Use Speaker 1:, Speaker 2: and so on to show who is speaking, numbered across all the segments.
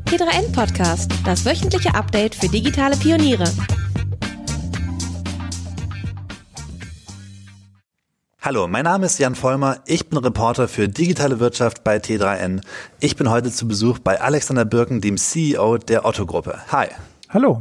Speaker 1: T3N Podcast, das wöchentliche Update für digitale Pioniere.
Speaker 2: Hallo, mein Name ist Jan Vollmer, ich bin Reporter für digitale Wirtschaft bei T3N. Ich bin heute zu Besuch bei Alexander Birken, dem CEO der Otto-Gruppe. Hi.
Speaker 3: Hallo.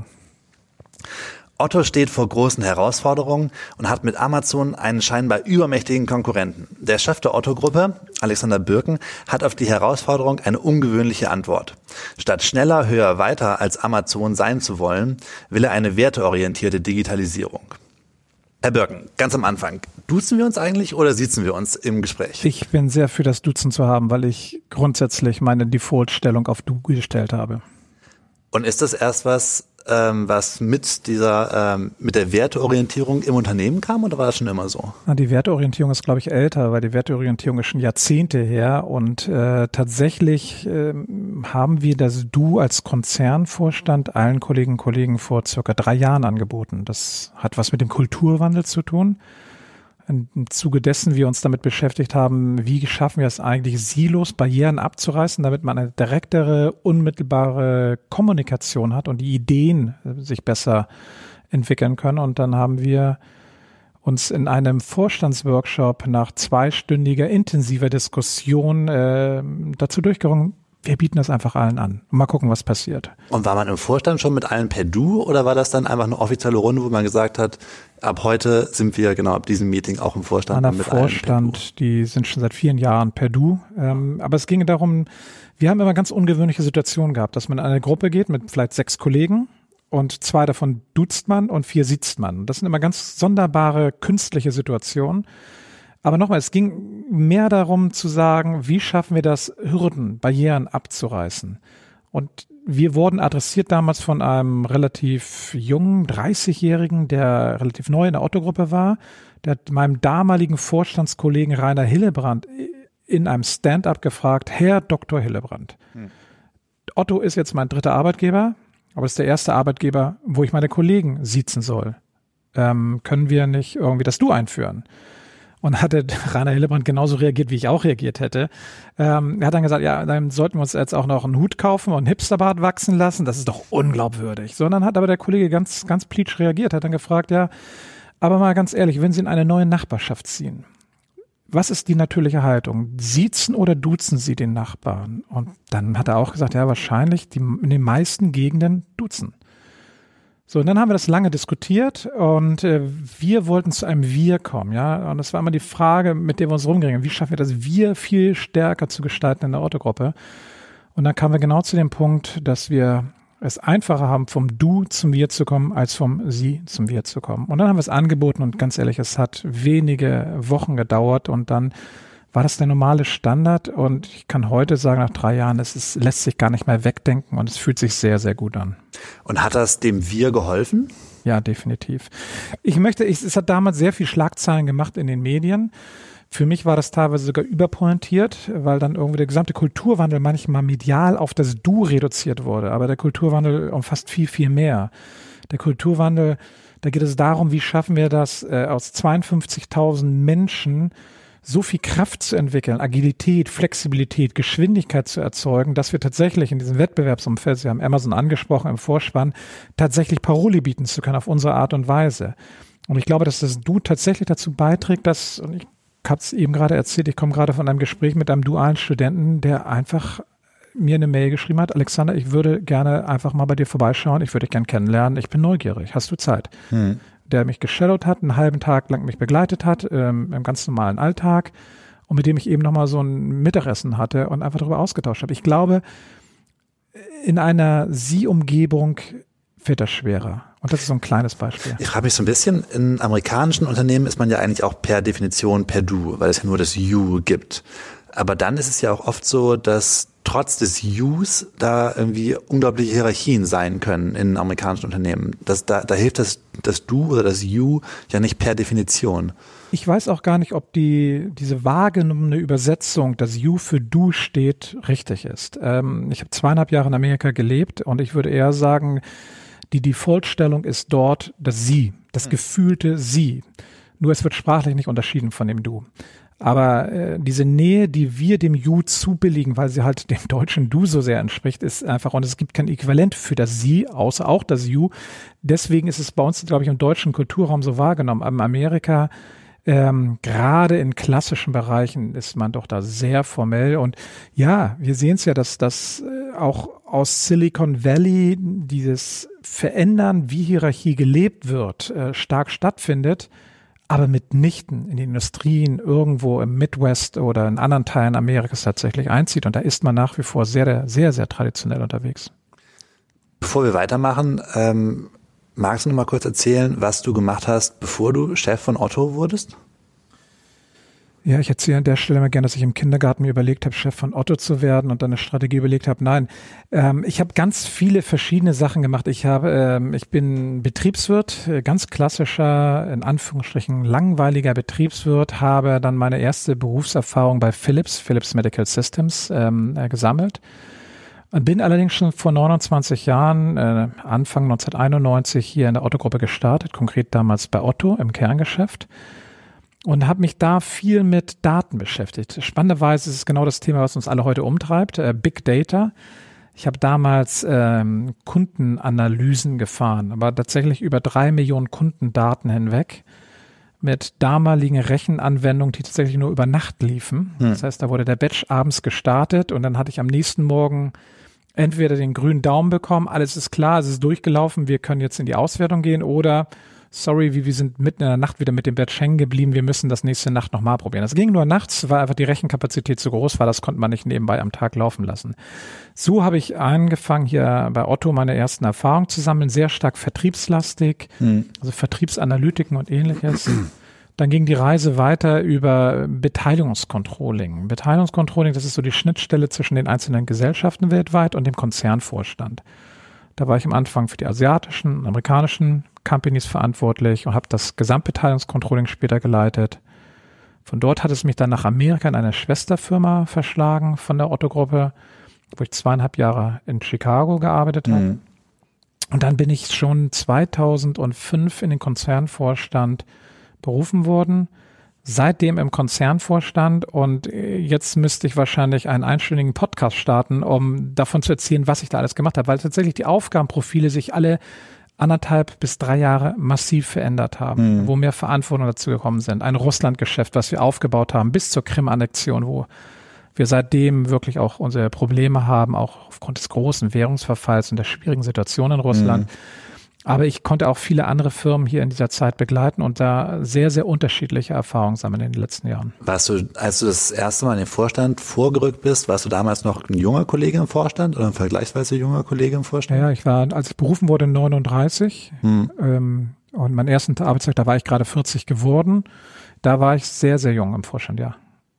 Speaker 2: Otto steht vor großen Herausforderungen und hat mit Amazon einen scheinbar übermächtigen Konkurrenten. Der Chef der Otto-Gruppe, Alexander Birken, hat auf die Herausforderung eine ungewöhnliche Antwort. Statt schneller, höher, weiter als Amazon sein zu wollen, will er eine werteorientierte Digitalisierung. Herr Birken, ganz am Anfang, duzen wir uns eigentlich oder siezen wir uns im Gespräch?
Speaker 3: Ich bin sehr für das Duzen zu haben, weil ich grundsätzlich meine Default-Stellung auf Du gestellt habe.
Speaker 2: Und ist das erst was mit der Werteorientierung im Unternehmen kam oder war das schon immer so?
Speaker 3: Die Werteorientierung ist, glaube ich, älter, weil die Werteorientierung ist schon Jahrzehnte her und tatsächlich haben wir das Du als Konzernvorstand allen Kolleginnen und Kollegen vor circa 3 Jahren angeboten. Das hat was mit dem Kulturwandel zu tun. Im Zuge dessen wir uns damit beschäftigt haben, wie schaffen wir es eigentlich, Silos, Barrieren abzureißen, damit man eine direktere, unmittelbare Kommunikation hat und die Ideen sich besser entwickeln können. Und dann haben wir uns in einem Vorstandsworkshop nach 2-stündiger intensiver Diskussion dazu durchgerungen, wir bieten das einfach allen an. Mal gucken, was passiert.
Speaker 2: Und war man im Vorstand schon mit allen per Du oder war das dann einfach eine offizielle Runde, wo man gesagt hat, ab heute sind wir genau ab diesem Meeting auch im Vorstand mit allen per Du?
Speaker 3: Vorstand, die sind schon seit 4 Jahren per Du. Aber es ging darum, wir haben immer ganz ungewöhnliche Situationen gehabt, dass man in eine Gruppe geht mit vielleicht 6 Kollegen und 2 davon duzt man und 4 siezt man. Das sind immer ganz sonderbare künstliche Situationen. Aber nochmal, es ging mehr darum zu sagen, wie schaffen wir das, Hürden, Barrieren abzureißen. Und wir wurden adressiert damals von einem relativ jungen, 30-Jährigen, der relativ neu in der Otto-Gruppe war. Der hat meinem damaligen Vorstandskollegen Rainer Hillebrand in einem Stand-up gefragt, Herr Dr. Hillebrand, Otto ist jetzt mein 3. Arbeitgeber, aber es ist der erste Arbeitgeber, wo ich meine Kollegen siezen soll. Können wir nicht irgendwie das Du einführen? Und hatte Rainer Hillebrand genauso reagiert, wie ich auch reagiert hätte. Er hat dann gesagt, ja, dann sollten wir uns jetzt auch noch einen Hut kaufen und einen Hipsterbart wachsen lassen. Das ist doch unglaubwürdig. So, und dann hat aber der Kollege ganz pleatsch reagiert, hat dann gefragt, ja, aber mal ganz ehrlich, wenn Sie in eine neue Nachbarschaft ziehen, was ist die natürliche Haltung? Siezen oder duzen Sie den Nachbarn? Und dann hat er auch gesagt, ja, wahrscheinlich in den meisten Gegenden duzen. So, und dann haben wir das lange diskutiert und wir wollten zu einem Wir kommen, ja. Und das war immer die Frage, mit der wir uns rumgingen. Wie schaffen wir das Wir viel stärker zu gestalten in der Otto-Gruppe? Und dann kamen wir genau zu dem Punkt, dass wir es einfacher haben, vom Du zum Wir zu kommen, als vom Sie zum Wir zu kommen. Und dann haben wir es angeboten und ganz ehrlich, es hat wenige Wochen gedauert und dann war das der normale Standard und ich kann heute sagen, nach 3 Jahren, lässt sich gar nicht mehr wegdenken und es fühlt sich sehr, sehr gut an.
Speaker 2: Und hat das dem Wir geholfen?
Speaker 3: Ja, definitiv. Es hat damals sehr viel Schlagzeilen gemacht in den Medien. Für mich war das teilweise sogar überpointiert, weil dann irgendwie der gesamte Kulturwandel manchmal medial auf das Du reduziert wurde. Aber der Kulturwandel umfasst viel, viel mehr. Der Kulturwandel, da geht es darum, wie schaffen wir das, aus 52.000 Menschen so viel Kraft zu entwickeln, Agilität, Flexibilität, Geschwindigkeit zu erzeugen, dass wir tatsächlich in diesem Wettbewerbsumfeld, Sie haben Amazon angesprochen im Vorspann, tatsächlich Paroli bieten zu können auf unsere Art und Weise. Und ich glaube, dass das Du tatsächlich dazu beiträgt, dass, und ich habe es eben gerade erzählt, ich komme gerade von einem Gespräch mit einem dualen Studenten, der einfach mir eine Mail geschrieben hat, Alexander, ich würde gerne einfach mal bei dir vorbeischauen, ich würde dich gerne kennenlernen, ich bin neugierig, hast du Zeit? Der mich geshadowt hat, einen halben Tag lang mich begleitet hat, im ganz normalen Alltag und mit dem ich eben nochmal so ein Mittagessen hatte und einfach darüber ausgetauscht habe. Ich glaube, in einer Sie-Umgebung wird das schwerer. Und das ist so ein kleines Beispiel.
Speaker 2: Ich frage mich so ein bisschen, in amerikanischen Unternehmen ist man ja eigentlich auch per Definition per Du, weil es ja nur das You gibt. Aber dann ist es ja auch oft so, dass trotz des Yous da irgendwie unglaubliche Hierarchien sein können in amerikanischen Unternehmen. Da hilft das Du oder das You ja nicht per Definition.
Speaker 3: Ich weiß auch gar nicht, ob diese wahrgenommene Übersetzung, dass You für Du steht, richtig ist. Ich habe 2,5 Jahre in Amerika gelebt und ich würde eher sagen, die Default-Stellung ist dort das Sie, das gefühlte Sie. Nur es wird sprachlich nicht unterschieden von dem Du. Aber diese Nähe, die wir dem You zubilligen, weil sie halt dem deutschen Du so sehr entspricht, ist einfach, und es gibt kein Äquivalent für das Sie, außer auch das You. Deswegen ist es bei uns, glaube ich, im deutschen Kulturraum so wahrgenommen. Aber in Amerika, gerade in klassischen Bereichen, ist man doch da sehr formell. Und ja, wir sehen es ja, dass das auch aus Silicon Valley dieses Verändern, wie Hierarchie gelebt wird, stark stattfindet, aber mitnichten in die Industrien irgendwo im Midwest oder in anderen Teilen Amerikas tatsächlich einzieht. Und da ist man nach wie vor sehr, sehr, sehr traditionell unterwegs.
Speaker 2: Bevor wir weitermachen, magst du noch mal kurz erzählen, was du gemacht hast, bevor du Chef von Otto wurdest?
Speaker 3: Ja, ich erzähle an der Stelle mal gerne, dass ich im Kindergarten mir überlegt habe, Chef von Otto zu werden und dann eine Strategie überlegt habe. Nein, ich habe ganz viele verschiedene Sachen gemacht. Ich bin Betriebswirt, ganz klassischer, in Anführungsstrichen langweiliger Betriebswirt, habe dann meine erste Berufserfahrung bei Philips Medical Systems gesammelt. Bin allerdings schon vor 29 Jahren, Anfang 1991, hier in der Otto-Gruppe gestartet, konkret damals bei Otto im Kerngeschäft. Und habe mich da viel mit Daten beschäftigt. Spannenderweise ist es genau das Thema, was uns alle heute umtreibt, Big Data. Ich habe damals Kundenanalysen gefahren, aber tatsächlich über 3 Millionen Kundendaten hinweg mit damaligen Rechenanwendungen, die tatsächlich nur über Nacht liefen. Das heißt, da wurde der Batch abends gestartet und dann hatte ich am nächsten Morgen entweder den grünen Daumen bekommen, alles ist klar, es ist durchgelaufen, wir können jetzt in die Auswertung gehen, oder sorry, wir sind mitten in der Nacht wieder mit dem Batch hängen geblieben, wir müssen das nächste Nacht nochmal probieren. Das ging nur nachts, weil einfach die Rechenkapazität zu groß war, das konnte man nicht nebenbei am Tag laufen lassen. So habe ich angefangen, hier bei Otto meine ersten Erfahrungen zu sammeln, sehr stark vertriebslastig, also Vertriebsanalytiken und ähnliches. Dann ging die Reise weiter über Beteiligungscontrolling. Beteiligungscontrolling, das ist so die Schnittstelle zwischen den einzelnen Gesellschaften weltweit und dem Konzernvorstand. Da war ich am Anfang für die asiatischen und amerikanischen Companies verantwortlich und habe das Gesamtbeteiligungscontrolling später geleitet. Von dort hat es mich dann nach Amerika in eine Schwesterfirma verschlagen von der Otto-Gruppe, wo ich 2,5 Jahre in Chicago gearbeitet habe. Und dann bin ich schon 2005 in den Konzernvorstand berufen worden, seitdem im Konzernvorstand, und jetzt müsste ich wahrscheinlich einen einstündigen Podcast starten, um davon zu erzählen, was ich da alles gemacht habe, weil tatsächlich die Aufgabenprofile sich alle 1,5 bis 3 Jahre massiv verändert haben, wo mehr Verantwortung dazu gekommen sind. Ein Russlandgeschäft, was wir aufgebaut haben, bis zur Krim-Annexion, wo wir seitdem wirklich auch unsere Probleme haben, auch aufgrund des großen Währungsverfalls und der schwierigen Situation in Russland. Aber ich konnte auch viele andere Firmen hier in dieser Zeit begleiten und da sehr, sehr unterschiedliche Erfahrungen sammeln in den letzten Jahren.
Speaker 2: Warst du, als du das erste Mal in den Vorstand vorgerückt bist, warst du damals noch ein junger Kollege im Vorstand oder ein vergleichsweise junger Kollege im Vorstand?
Speaker 3: Ja, ich war, als ich berufen wurde, 39 und meinen ersten Arbeitstag, da war ich gerade 40 geworden. Da war ich sehr, sehr jung im Vorstand, ja.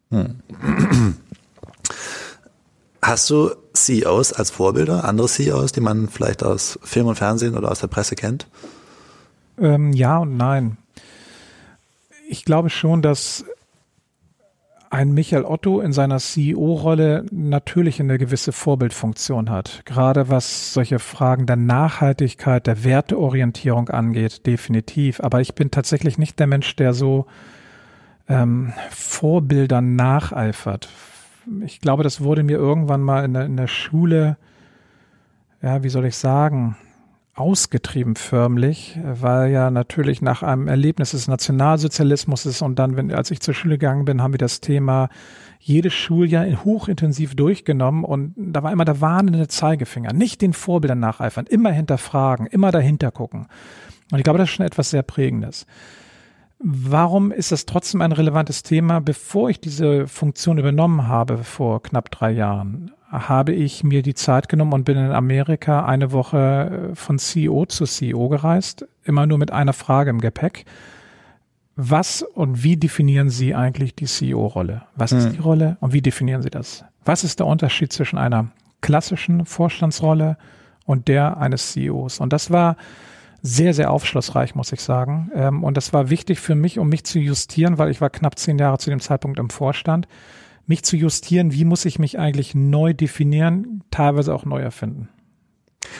Speaker 2: Hast du CEOs als Vorbilder, andere CEOs, die man vielleicht aus Film und Fernsehen oder aus der Presse kennt?
Speaker 3: Ja und nein. Ich glaube schon, dass ein Michael Otto in seiner CEO-Rolle natürlich eine gewisse Vorbildfunktion hat. Gerade was solche Fragen der Nachhaltigkeit, der Werteorientierung angeht, definitiv. Aber ich bin tatsächlich nicht der Mensch, der so Vorbildern nacheifert. Ich glaube, das wurde mir irgendwann mal in der Schule, ja, wie soll ich sagen, ausgetrieben förmlich, weil ja natürlich nach einem Erlebnis des Nationalsozialismus ist und dann, als ich zur Schule gegangen bin, haben wir das Thema jedes Schuljahr hochintensiv durchgenommen und da war immer der warnende Zeigefinger. Nicht den Vorbildern nacheifern, immer hinterfragen, immer dahinter gucken. Und ich glaube, das ist schon etwas sehr Prägendes. Warum ist das trotzdem ein relevantes Thema? Bevor ich diese Funktion übernommen habe, vor knapp 3 Jahren, habe ich mir die Zeit genommen und bin in Amerika eine Woche von CEO zu CEO gereist, immer nur mit einer Frage im Gepäck. Was und wie definieren Sie eigentlich die CEO-Rolle? Was ist die Rolle und wie definieren Sie das? Was ist der Unterschied zwischen einer klassischen Vorstandsrolle und der eines CEOs? Und das war sehr, sehr aufschlussreich, muss ich sagen. Und das war wichtig für mich, um mich zu justieren, weil ich war knapp 10 Jahre zu dem Zeitpunkt im Vorstand, mich zu justieren, wie muss ich mich eigentlich neu definieren, teilweise auch neu erfinden.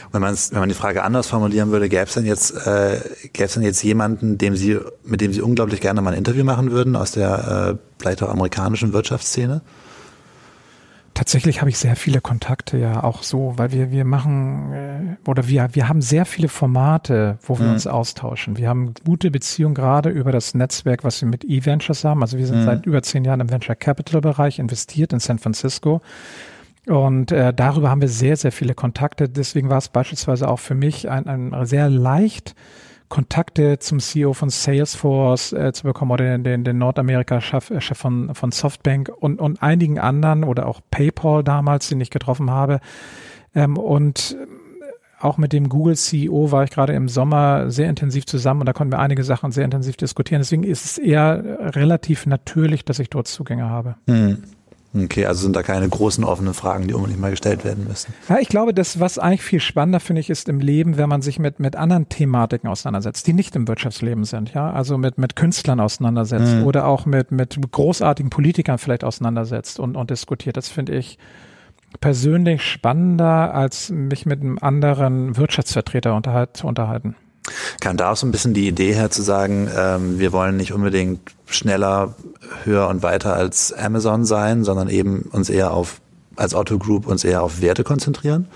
Speaker 2: Wenn man die Frage anders formulieren würde, gäbe es denn jetzt jemanden, mit dem Sie unglaublich gerne mal ein Interview machen würden aus der vielleicht auch amerikanischen Wirtschaftsszene?
Speaker 3: Tatsächlich habe ich sehr viele Kontakte ja auch so, weil wir machen wir haben sehr viele Formate, wo wir uns austauschen. Wir haben gute Beziehungen gerade über das Netzwerk, was wir mit eVentures haben. Also wir sind seit über 10 Jahren im Venture Capital Bereich investiert in San Francisco. Und darüber haben wir sehr, sehr viele Kontakte. Deswegen war es beispielsweise auch für mich ein sehr leicht, Kontakte zum CEO von Salesforce zu bekommen oder den Nordamerika-Chef von Softbank und einigen anderen oder auch PayPal damals, den ich getroffen habe. Und auch mit dem Google-CEO war ich gerade im Sommer sehr intensiv zusammen und da konnten wir einige Sachen sehr intensiv diskutieren. Deswegen ist es eher relativ natürlich, dass ich dort Zugänge habe.
Speaker 2: Okay, also sind da keine großen offenen Fragen, die unbedingt mal gestellt werden müssen.
Speaker 3: Ja, ich glaube, das, was eigentlich viel spannender, finde ich, ist im Leben, wenn man sich mit anderen Thematiken auseinandersetzt, die nicht im Wirtschaftsleben sind, ja, also mit Künstlern auseinandersetzt oder auch mit großartigen Politikern vielleicht auseinandersetzt und diskutiert. Das finde ich persönlich spannender, als mich mit einem anderen Wirtschaftsvertreter zu unterhalten.
Speaker 2: Kam da auch so ein bisschen die Idee her zu sagen, wir wollen nicht unbedingt schneller, höher und weiter als Amazon sein, sondern eben uns eher als Otto Group uns eher auf Werte konzentrieren?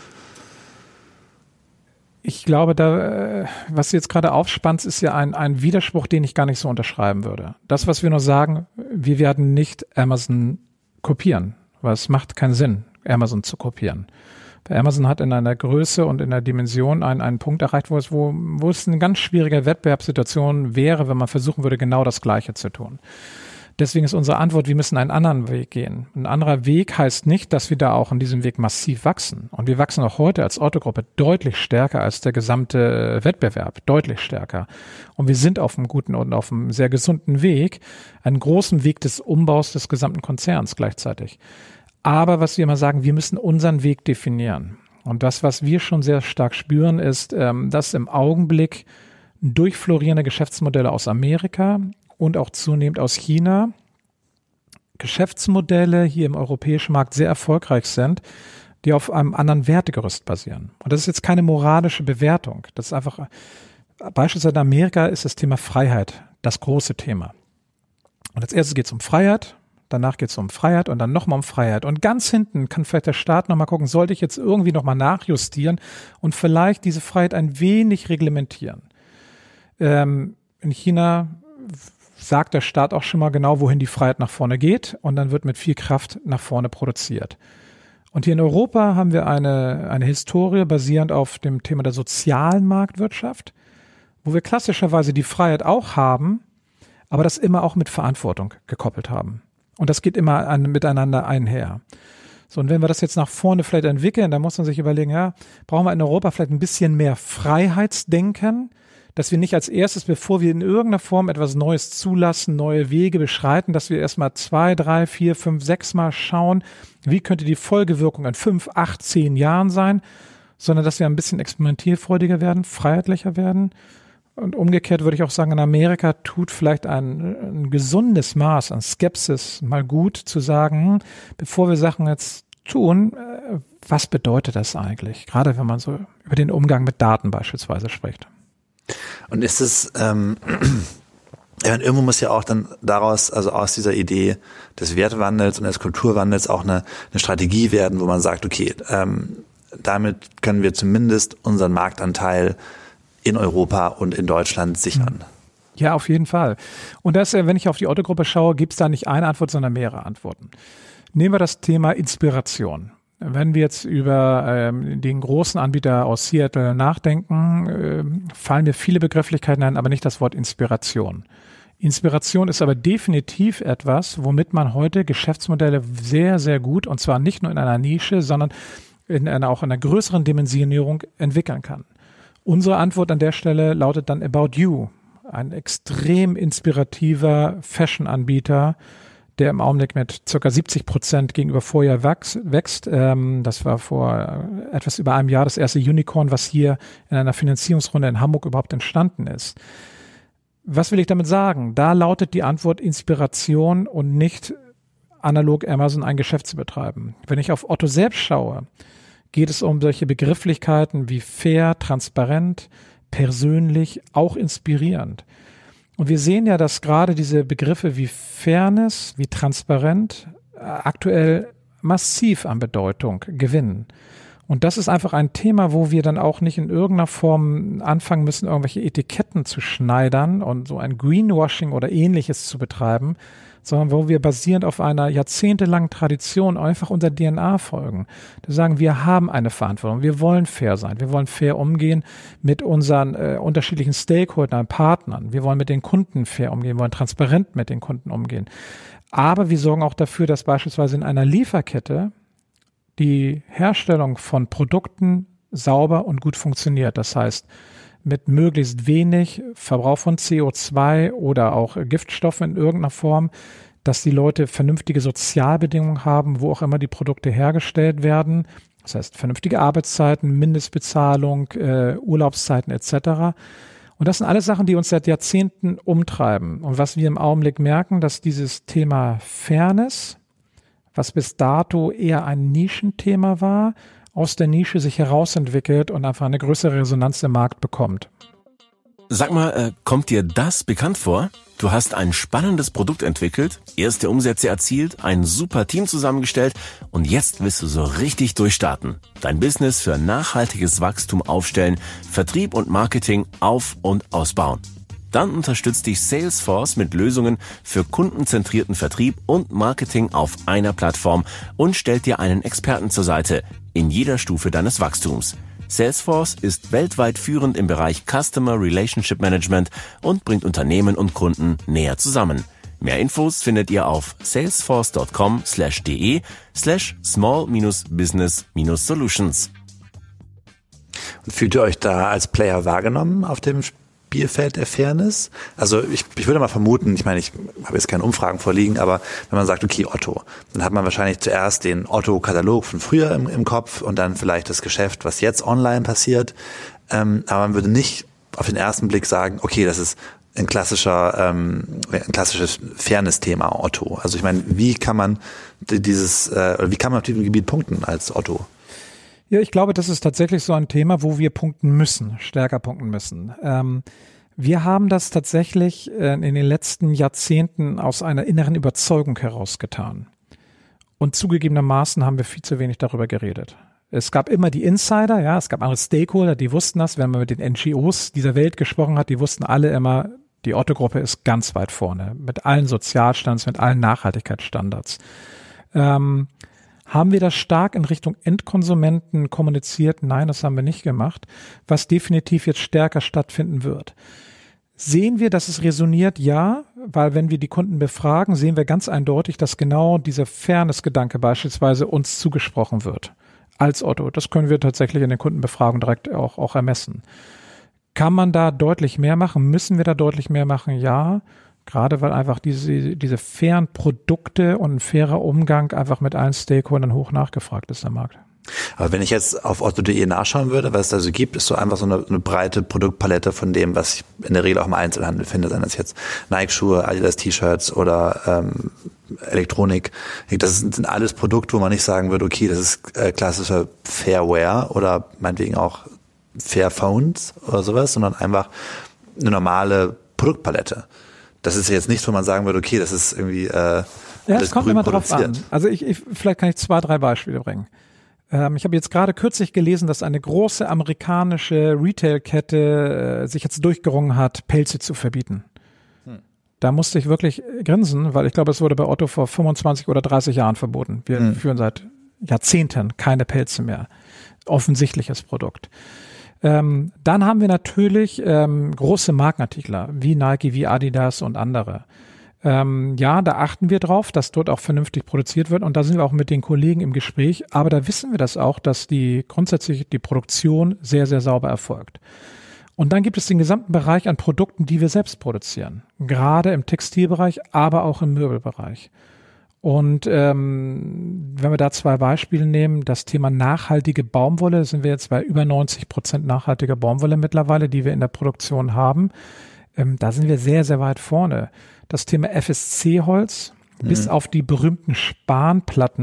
Speaker 3: Ich glaube, was du jetzt gerade aufspannst, ist ja ein Widerspruch, den ich gar nicht so unterschreiben würde. Das, was wir nur sagen, wir werden nicht Amazon kopieren, weil es macht keinen Sinn, Amazon zu kopieren. Amazon hat in einer Größe und in der Dimension einen Punkt erreicht, wo es eine ganz schwierige Wettbewerbssituation wäre, wenn man versuchen würde, genau das Gleiche zu tun. Deswegen ist unsere Antwort, wir müssen einen anderen Weg gehen. Ein anderer Weg heißt nicht, dass wir da auch in diesem Weg massiv wachsen. Und wir wachsen auch heute als Otto-Gruppe deutlich stärker als der gesamte Wettbewerb, deutlich stärker. Und wir sind auf einem guten und auf einem sehr gesunden Weg, einen großen Weg des Umbaus des gesamten Konzerns gleichzeitig. Aber was wir immer sagen, wir müssen unseren Weg definieren. Und das, was wir schon sehr stark spüren, ist, dass im Augenblick durchflorierende Geschäftsmodelle aus Amerika und auch zunehmend aus China Geschäftsmodelle hier im europäischen Markt sehr erfolgreich sind, die auf einem anderen Wertegerüst basieren. Und das ist jetzt keine moralische Bewertung. Das ist einfach, beispielsweise in Amerika ist das Thema Freiheit das große Thema. Und als erstes geht es um Freiheit. Danach geht es um Freiheit und dann nochmal um Freiheit. Und ganz hinten kann vielleicht der Staat nochmal gucken, sollte ich jetzt irgendwie nochmal nachjustieren und vielleicht diese Freiheit ein wenig reglementieren. In China sagt der Staat auch schon mal genau, wohin die Freiheit nach vorne geht und dann wird mit viel Kraft nach vorne produziert. Und hier in Europa haben wir eine Historie basierend auf dem Thema der sozialen Marktwirtschaft, wo wir klassischerweise die Freiheit auch haben, aber das immer auch mit Verantwortung gekoppelt haben. Und das geht immer miteinander einher. So, und wenn wir das jetzt nach vorne vielleicht entwickeln, dann muss man sich überlegen, ja, brauchen wir in Europa vielleicht ein bisschen mehr Freiheitsdenken, dass wir nicht als erstes, bevor wir in irgendeiner Form etwas Neues zulassen, neue Wege beschreiten, dass wir erstmal 2, 3, 4, 5, 6 Mal schauen, wie könnte die Folgewirkung in 5, 8, 10 Jahren sein, sondern dass wir ein bisschen experimentierfreudiger werden, freiheitlicher werden. Und umgekehrt würde ich auch sagen, in Amerika tut vielleicht ein gesundes Maß an Skepsis mal gut zu sagen, bevor wir Sachen jetzt tun, was bedeutet das eigentlich? Gerade wenn man so über den Umgang mit Daten beispielsweise spricht.
Speaker 2: Und ist es, irgendwo muss ja auch dann daraus, also aus dieser Idee des Wertewandels und des Kulturwandels auch eine Strategie werden, wo man sagt, okay, damit können wir zumindest unseren Marktanteil in Europa und in Deutschland sichern.
Speaker 3: Ja, auf jeden Fall. Und das, wenn ich auf die Otto-Gruppe schaue, gibt es da nicht eine Antwort, sondern mehrere Antworten. Nehmen wir das Thema Inspiration. Wenn wir jetzt über den großen Anbieter aus Seattle nachdenken, fallen mir viele Begrifflichkeiten ein, aber nicht das Wort Inspiration. Inspiration ist aber definitiv etwas, womit man heute Geschäftsmodelle sehr, sehr gut, und zwar nicht nur in einer Nische, sondern auch in einer größeren Dimensionierung entwickeln kann. Unsere Antwort an der Stelle lautet dann About You, ein extrem inspirativer Fashion-Anbieter, der im Augenblick mit ca. 70% gegenüber Vorjahr wächst. Das war vor etwas über einem Jahr das erste Unicorn, was hier in einer Finanzierungsrunde in Hamburg überhaupt entstanden ist. Was will ich damit sagen? Da lautet die Antwort Inspiration und nicht analog Amazon ein Geschäft zu betreiben. Wenn ich auf Otto selbst schaue, geht es um solche Begrifflichkeiten wie fair, transparent, persönlich, auch inspirierend. Und wir sehen ja, dass gerade diese Begriffe wie Fairness, wie transparent aktuell massiv an Bedeutung gewinnen. Und das ist einfach ein Thema, wo wir dann auch nicht in irgendeiner Form anfangen müssen, irgendwelche Etiketten zu schneidern und so ein Greenwashing oder Ähnliches zu betreiben, sondern wo wir basierend auf einer jahrzehntelangen Tradition einfach unserer DNA folgen. Wir sagen, wir haben eine Verantwortung, wir wollen fair sein, wir wollen fair umgehen mit unseren unterschiedlichen Stakeholdern, Partnern, wir wollen mit den Kunden fair umgehen, wir wollen transparent mit den Kunden umgehen. Aber wir sorgen auch dafür, dass beispielsweise in einer Lieferkette die Herstellung von Produkten sauber und gut funktioniert. Das heißt, mit möglichst wenig Verbrauch von CO2 oder auch Giftstoffen in irgendeiner Form, dass die Leute vernünftige Sozialbedingungen haben, wo auch immer die Produkte hergestellt werden. Das heißt, vernünftige Arbeitszeiten, Mindestbezahlung, Urlaubszeiten etc. Und das sind alles Sachen, die uns seit Jahrzehnten umtreiben. Und was wir im Augenblick merken, dass dieses Thema Fairness, was bis dato eher ein Nischenthema war, aus der Nische sich herausentwickelt und einfach eine größere Resonanz im Markt bekommt.
Speaker 4: Sag mal, kommt dir das bekannt vor? Du hast ein spannendes Produkt entwickelt, erste Umsätze erzielt, ein super Team zusammengestellt und jetzt willst du so richtig durchstarten. Dein Business für nachhaltiges Wachstum aufstellen, Vertrieb und Marketing auf- und ausbauen. Dann unterstützt dich Salesforce mit Lösungen für kundenzentrierten Vertrieb und Marketing auf einer Plattform und stellt dir einen Experten zur Seite in jeder Stufe deines Wachstums. Salesforce ist weltweit führend im Bereich Customer Relationship Management und bringt Unternehmen und Kunden näher zusammen. Mehr Infos findet ihr auf salesforce.com/de/small-business-solutions.
Speaker 2: Und fühlt ihr euch da als Player wahrgenommen auf dem Spielfeld der Fairness? Also ich würde mal vermuten, ich meine, ich habe jetzt keine Umfragen vorliegen, aber wenn man sagt, okay, Otto, dann hat man wahrscheinlich zuerst den Otto-Katalog von früher im Kopf und dann vielleicht das Geschäft, was jetzt online passiert. Aber man würde nicht auf den ersten Blick sagen, okay, das ist ein klassisches Fairness-Thema Otto. Also ich meine, wie kann man auf diesem Gebiet punkten als Otto?
Speaker 3: Ja, ich glaube, das ist tatsächlich so ein Thema, wo wir punkten müssen, stärker punkten müssen. Wir haben das tatsächlich in den letzten Jahrzehnten aus einer inneren Überzeugung herausgetan. Und zugegebenermaßen haben wir viel zu wenig darüber geredet. Es gab immer die Insider, ja, es gab andere Stakeholder, die wussten das, wenn man mit den NGOs dieser Welt gesprochen hat, die wussten alle immer, die Otto-Gruppe ist ganz weit vorne, mit allen Sozialstandards, mit allen Nachhaltigkeitsstandards. Haben wir das stark in Richtung Endkonsumenten kommuniziert? Nein, das haben wir nicht gemacht, was definitiv jetzt stärker stattfinden wird. Sehen wir, dass es resoniert? Ja, weil wenn wir die Kunden befragen, sehen wir ganz eindeutig, dass genau dieser Fairness-Gedanke beispielsweise uns zugesprochen wird als Otto. Das können wir tatsächlich in den Kundenbefragungen direkt auch ermessen. Kann man da deutlich mehr machen? Müssen wir da deutlich mehr machen? Ja. Gerade weil einfach diese fairen Produkte und ein fairer Umgang einfach mit allen Stakeholdern hoch nachgefragt ist am Markt.
Speaker 2: Aber wenn ich jetzt auf otto.de nachschauen würde, was es da so gibt, ist so einfach so eine breite Produktpalette von dem, was ich in der Regel auch im Einzelhandel finde, seien das jetzt Nike-Schuhe, Adidas T-Shirts oder Elektronik. Das sind alles Produkte, wo man nicht sagen würde, okay, das ist klassischer Fairware oder meinetwegen auch Fairphones oder sowas, sondern einfach eine normale Produktpalette. Das ist jetzt nichts, wo man sagen würde, okay, das ist irgendwie
Speaker 3: ja, es kommt immer drauf an. Also vielleicht kann ich 2, 3 Beispiele bringen. Ich habe jetzt gerade kürzlich gelesen, dass eine große amerikanische Retail-Kette sich jetzt durchgerungen hat, Pelze zu verbieten. Da musste ich wirklich grinsen, weil ich glaube, es wurde bei Otto vor 25 oder 30 Jahren verboten. Wir führen seit Jahrzehnten keine Pelze mehr. Offensichtliches Produkt. Dann haben wir natürlich große Markenartikler wie Nike, wie Adidas und andere. Ja, da achten wir drauf, dass dort auch vernünftig produziert wird und da sind wir auch mit den Kollegen im Gespräch, aber da wissen wir das auch, dass grundsätzlich die Produktion sehr, sehr sauber erfolgt. Und dann gibt es den gesamten Bereich an Produkten, die wir selbst produzieren, gerade im Textilbereich, aber auch im Möbelbereich. Und wenn wir da 2 Beispiele nehmen, das Thema nachhaltige Baumwolle, sind wir jetzt bei über 90% nachhaltiger Baumwolle mittlerweile, die wir in der Produktion haben. Da sind wir sehr, sehr weit vorne. Das Thema FSC-Holz, bis auf die berühmten Spanplatten,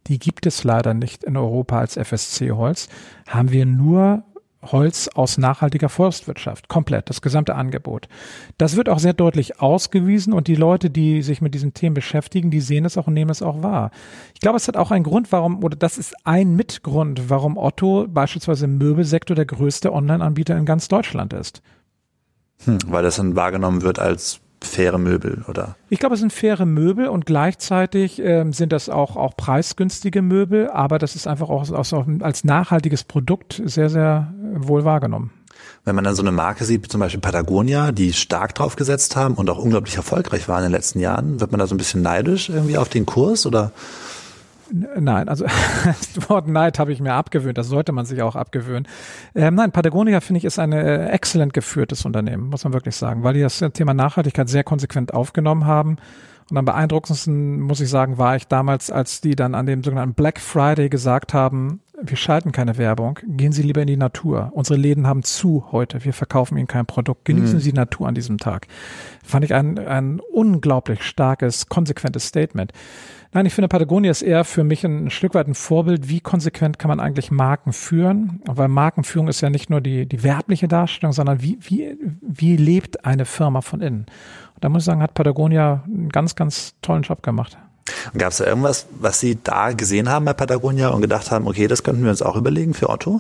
Speaker 3: die gibt es leider nicht in Europa als FSC-Holz, haben wir nur Holz aus nachhaltiger Forstwirtschaft, komplett, das gesamte Angebot. Das wird auch sehr deutlich ausgewiesen und die Leute, die sich mit diesen Themen beschäftigen, die sehen es auch und nehmen es auch wahr. Ich glaube, es hat auch einen Grund, das ist ein Mitgrund, warum Otto beispielsweise im Möbelsektor der größte Online-Anbieter in ganz Deutschland ist.
Speaker 2: Weil das dann wahrgenommen wird als faire Möbel, oder?
Speaker 3: Ich glaube, es sind faire Möbel und gleichzeitig sind das auch preisgünstige Möbel, aber das ist einfach auch als nachhaltiges Produkt sehr, sehr wohl wahrgenommen.
Speaker 2: Wenn man dann so eine Marke sieht, wie zum Beispiel Patagonia, die stark drauf gesetzt haben und auch unglaublich erfolgreich waren in den letzten Jahren, wird man da so ein bisschen neidisch irgendwie auf den Kurs, oder?
Speaker 3: Nein, also das Wort Neid habe ich mir abgewöhnt, das sollte man sich auch abgewöhnen. Nein, Patagonia, finde ich, ist ein exzellent geführtes Unternehmen, muss man wirklich sagen, weil die das Thema Nachhaltigkeit sehr konsequent aufgenommen haben. Und am beeindruckendsten, muss ich sagen, war ich damals, als die dann an dem sogenannten Black Friday gesagt haben, wir schalten keine Werbung, gehen Sie lieber in die Natur. Unsere Läden haben zu heute, wir verkaufen Ihnen kein Produkt. Genießen Sie die Natur an diesem Tag. Fand ich ein unglaublich starkes, konsequentes Statement. Nein, ich finde, Patagonia ist eher für mich ein Stück weit ein Vorbild, wie konsequent kann man eigentlich Marken führen. Weil Markenführung ist ja nicht nur die werbliche Darstellung, sondern wie lebt eine Firma von innen. Und da muss ich sagen, hat Patagonia einen ganz, ganz tollen Job gemacht.
Speaker 2: Und gab es da irgendwas, was Sie da gesehen haben bei Patagonia und gedacht haben, okay, das könnten wir uns auch überlegen für Otto?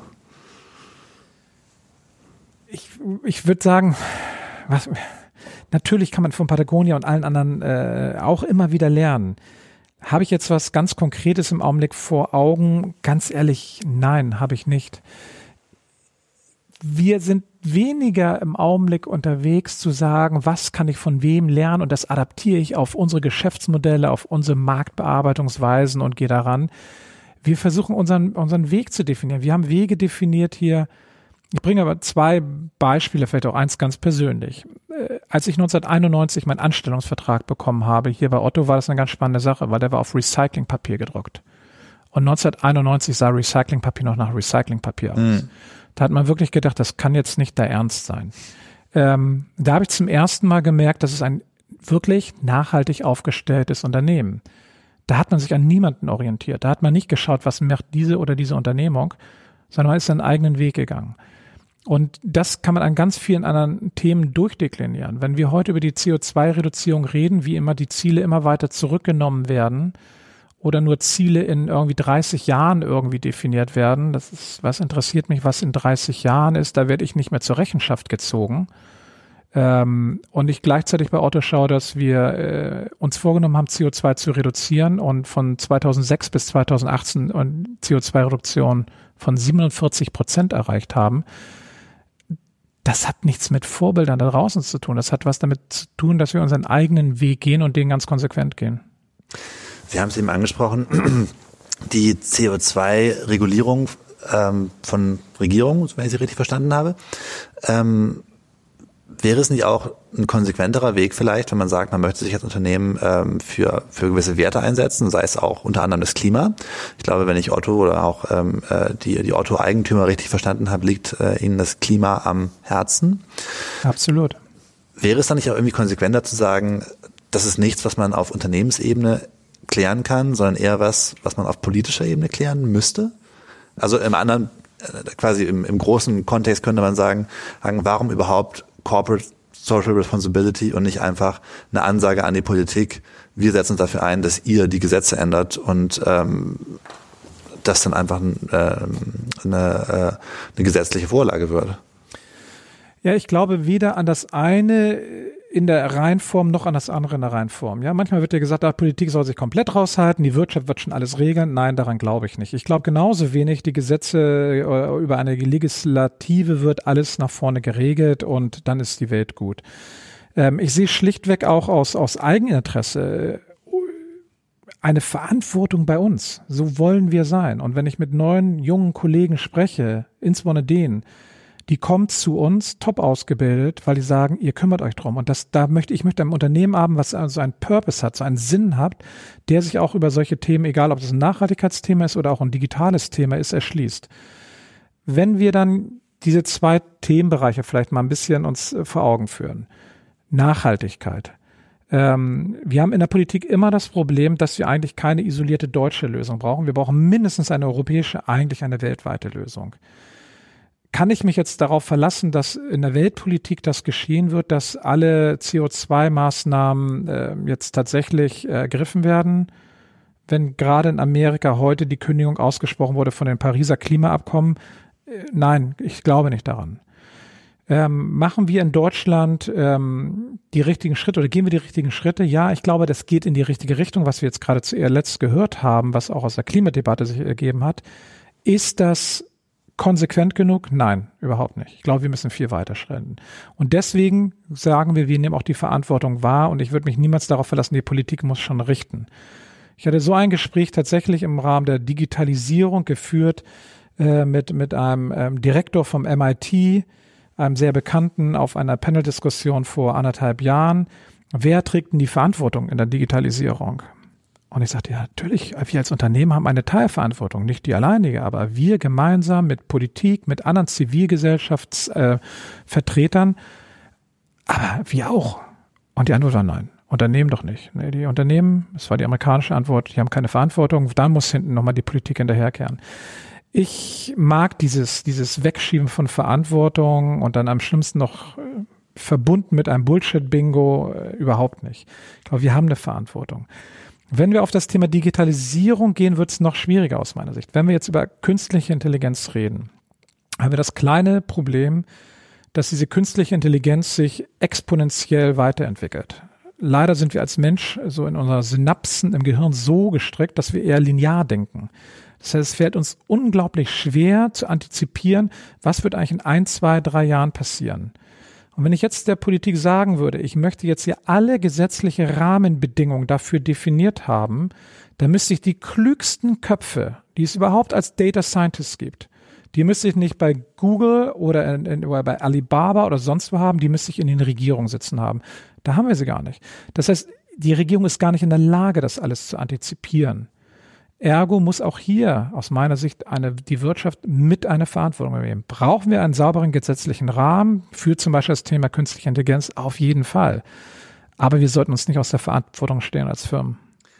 Speaker 3: Ich würde sagen, natürlich kann man von Patagonia und allen anderen auch immer wieder lernen. Habe ich jetzt was ganz Konkretes im Augenblick vor Augen? Ganz ehrlich, nein, habe ich nicht. Wir sind weniger im Augenblick unterwegs zu sagen, was kann ich von wem lernen und das adaptiere ich auf unsere Geschäftsmodelle, auf unsere Marktbearbeitungsweisen und gehe daran. Wir versuchen unseren Weg zu definieren. Wir haben Wege definiert hier. Ich bringe aber 2 Beispiele, vielleicht auch eins ganz persönlich. Als ich 1991 meinen Anstellungsvertrag bekommen habe, hier bei Otto, war das eine ganz spannende Sache, weil der war auf Recyclingpapier gedruckt. Und 1991 sah Recyclingpapier noch nach Recyclingpapier aus. Da hat man wirklich gedacht, das kann jetzt nicht der Ernst sein. Da habe ich zum ersten Mal gemerkt, dass es ein wirklich nachhaltig aufgestelltes Unternehmen. Da hat man sich an niemanden orientiert. Da hat man nicht geschaut, was macht diese oder diese Unternehmung, sondern man ist seinen eigenen Weg gegangen. Und das kann man an ganz vielen anderen Themen durchdeklinieren. Wenn wir heute über die CO2-Reduzierung reden, wie immer die Ziele immer weiter zurückgenommen werden oder nur Ziele in irgendwie 30 Jahren irgendwie definiert werden, das ist, was interessiert mich, was in 30 Jahren ist, da werde ich nicht mehr zur Rechenschaft gezogen. Und ich gleichzeitig bei Otto schaue, dass wir uns vorgenommen haben, CO2 zu reduzieren und von 2006 bis 2018 CO2-Reduktion von 47% erreicht haben. Das hat nichts mit Vorbildern da draußen zu tun. Das hat was damit zu tun, dass wir unseren eigenen Weg gehen und den ganz konsequent gehen.
Speaker 2: Sie haben es eben angesprochen, die CO2-Regulierung von Regierungen, wenn ich Sie richtig verstanden habe. Wäre es nicht auch ein konsequenterer Weg vielleicht, wenn man sagt, man möchte sich als Unternehmen für gewisse Werte einsetzen, sei es auch unter anderem das Klima. Ich glaube, wenn ich Otto oder auch die Otto-Eigentümer richtig verstanden habe, liegt ihnen das Klima am Herzen.
Speaker 3: Absolut.
Speaker 2: Wäre es dann nicht auch irgendwie konsequenter zu sagen, das ist nichts, was man auf Unternehmensebene klären kann, sondern eher was man auf politischer Ebene klären müsste? Also im anderen, quasi im großen Kontext könnte man sagen, warum überhaupt Corporate Social Responsibility und nicht einfach eine Ansage an die Politik, wir setzen uns dafür ein, dass ihr die Gesetze ändert und das dann einfach eine gesetzliche Vorlage wird.
Speaker 3: Ja, ich glaube weder an das eine in der Reihenform noch an das andere in der Reihenform. Ja, manchmal wird ja gesagt, Politik soll sich komplett raushalten, die Wirtschaft wird schon alles regeln. Nein, daran glaube ich nicht. Ich glaube genauso wenig, die Gesetze über eine Legislative wird alles nach vorne geregelt und dann ist die Welt gut. Ich sehe schlichtweg auch aus Eigeninteresse eine Verantwortung bei uns. So wollen wir sein. Und wenn ich mit neuen, jungen Kollegen spreche, insbesondere denen, die kommen zu uns, top ausgebildet, weil die sagen, ihr kümmert euch drum. Und ich möchte ein Unternehmen haben, was also einen Purpose hat, so einen Sinn hat, der sich auch über solche Themen, egal ob das ein Nachhaltigkeitsthema ist oder auch ein digitales Thema ist, erschließt. Wenn wir dann diese 2 Themenbereiche vielleicht mal ein bisschen uns vor Augen führen. Nachhaltigkeit. Wir haben in der Politik immer das Problem, dass wir eigentlich keine isolierte deutsche Lösung brauchen. Wir brauchen mindestens eine europäische, eigentlich eine weltweite Lösung. Kann ich mich jetzt darauf verlassen, dass in der Weltpolitik das geschehen wird, dass alle CO2-Maßnahmen jetzt tatsächlich ergriffen werden? Wenn gerade in Amerika heute die Kündigung ausgesprochen wurde von den Pariser Klimaabkommen, nein, ich glaube nicht daran. Machen wir in Deutschland die richtigen Schritte oder gehen wir die richtigen Schritte? Ja, ich glaube, das geht in die richtige Richtung, was wir jetzt gerade zuletzt gehört haben, was auch aus der Klimadebatte sich ergeben hat. Ist das konsequent genug? Nein, überhaupt nicht. Ich glaube, wir müssen viel weiter schreiten. Und deswegen sagen wir nehmen auch die Verantwortung wahr und ich würde mich niemals darauf verlassen, die Politik muss schon richten. Ich hatte so ein Gespräch tatsächlich im Rahmen der Digitalisierung geführt mit einem Direktor vom MIT, einem sehr bekannten, auf einer Panel-Diskussion vor 1,5 Jahren. Wer trägt denn die Verantwortung in der Digitalisierung? Und ich sagte, ja, natürlich, wir als Unternehmen haben eine Teilverantwortung, nicht die alleinige, aber wir gemeinsam mit Politik, mit anderen Zivilgesellschaftsvertretern, aber wir auch. Und die Antwort war nein. Unternehmen doch nicht. Nee, die Unternehmen, das war die amerikanische Antwort, die haben keine Verantwortung, dann muss hinten nochmal die Politik hinterherkehren. Ich mag dieses Wegschieben von Verantwortung und dann am schlimmsten noch verbunden mit einem Bullshit-Bingo überhaupt nicht. Ich glaube, wir haben eine Verantwortung. Wenn wir auf das Thema Digitalisierung gehen, wird es noch schwieriger aus meiner Sicht. Wenn wir jetzt über künstliche Intelligenz reden, haben wir das kleine Problem, dass diese künstliche Intelligenz sich exponentiell weiterentwickelt. Leider sind wir als Mensch so in unseren Synapsen im Gehirn so gestrickt, dass wir eher linear denken. Das heißt, es fällt uns unglaublich schwer zu antizipieren, was wird eigentlich in 1, 2, 3 Jahren passieren. Und wenn ich jetzt der Politik sagen würde, ich möchte jetzt hier alle gesetzliche Rahmenbedingungen dafür definiert haben, dann müsste ich die klügsten Köpfe, die es überhaupt als Data Scientists gibt, die müsste ich nicht bei Google oder bei Alibaba oder sonst wo haben, die müsste ich in den Regierungen sitzen haben. Da haben wir sie gar nicht. Das heißt, die Regierung ist gar nicht in der Lage, das alles zu antizipieren. Ergo muss auch hier aus meiner Sicht die Wirtschaft mit einer Verantwortung übernehmen. Brauchen wir einen sauberen gesetzlichen Rahmen für zum Beispiel das Thema künstliche Intelligenz? Auf jeden Fall. Aber wir sollten uns nicht aus der Verantwortung stehlen als Firmen.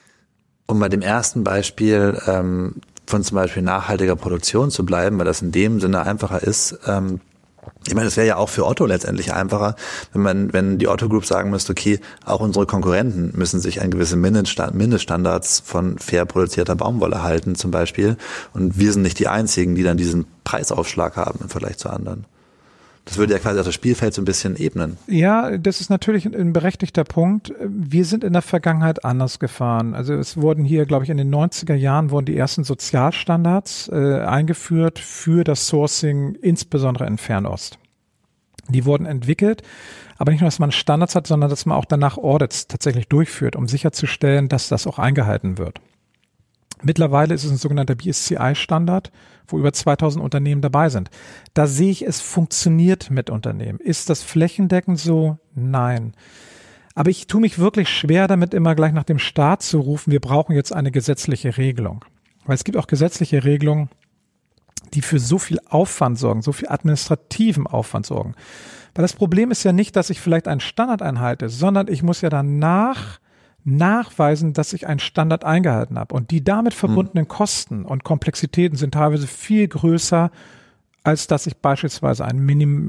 Speaker 2: Um bei dem ersten Beispiel von zum Beispiel nachhaltiger Produktion zu bleiben, weil das in dem Sinne einfacher ist, ich meine, es wäre ja auch für Otto letztendlich einfacher, wenn die Otto Group sagen müsste, okay, auch unsere Konkurrenten müssen sich an gewisse Mindeststandards von fair produzierter Baumwolle halten zum Beispiel. Und wir sind nicht die Einzigen, die dann diesen Preisaufschlag haben im Vergleich zu anderen. Das würde ja quasi auch das Spielfeld so ein bisschen ebnen.
Speaker 3: Ja, das ist natürlich ein berechtigter Punkt. Wir sind in der Vergangenheit anders gefahren. Also es wurden hier, glaube ich, in den 90er Jahren wurden die ersten Sozialstandards eingeführt für das Sourcing, insbesondere in Fernost. Die wurden entwickelt, aber nicht nur, dass man Standards hat, sondern dass man auch danach Audits tatsächlich durchführt, um sicherzustellen, dass das auch eingehalten wird. Mittlerweile ist es ein sogenannter BSCI-Standard, wo über 2000 Unternehmen dabei sind. Da sehe ich, es funktioniert mit Unternehmen. Ist das flächendeckend so? Nein. Aber ich tue mich wirklich schwer damit, immer gleich nach dem Staat zu rufen, wir brauchen jetzt eine gesetzliche Regelung. Weil es gibt auch gesetzliche Regelungen, die für so viel Aufwand sorgen, so viel administrativen Aufwand sorgen. Weil das Problem ist ja nicht, dass ich vielleicht einen Standard einhalte, sondern ich muss ja danach nachweisen, dass ich einen Standard eingehalten habe. Und die damit verbundenen Kosten und Komplexitäten sind teilweise viel größer, als dass ich beispielsweise ein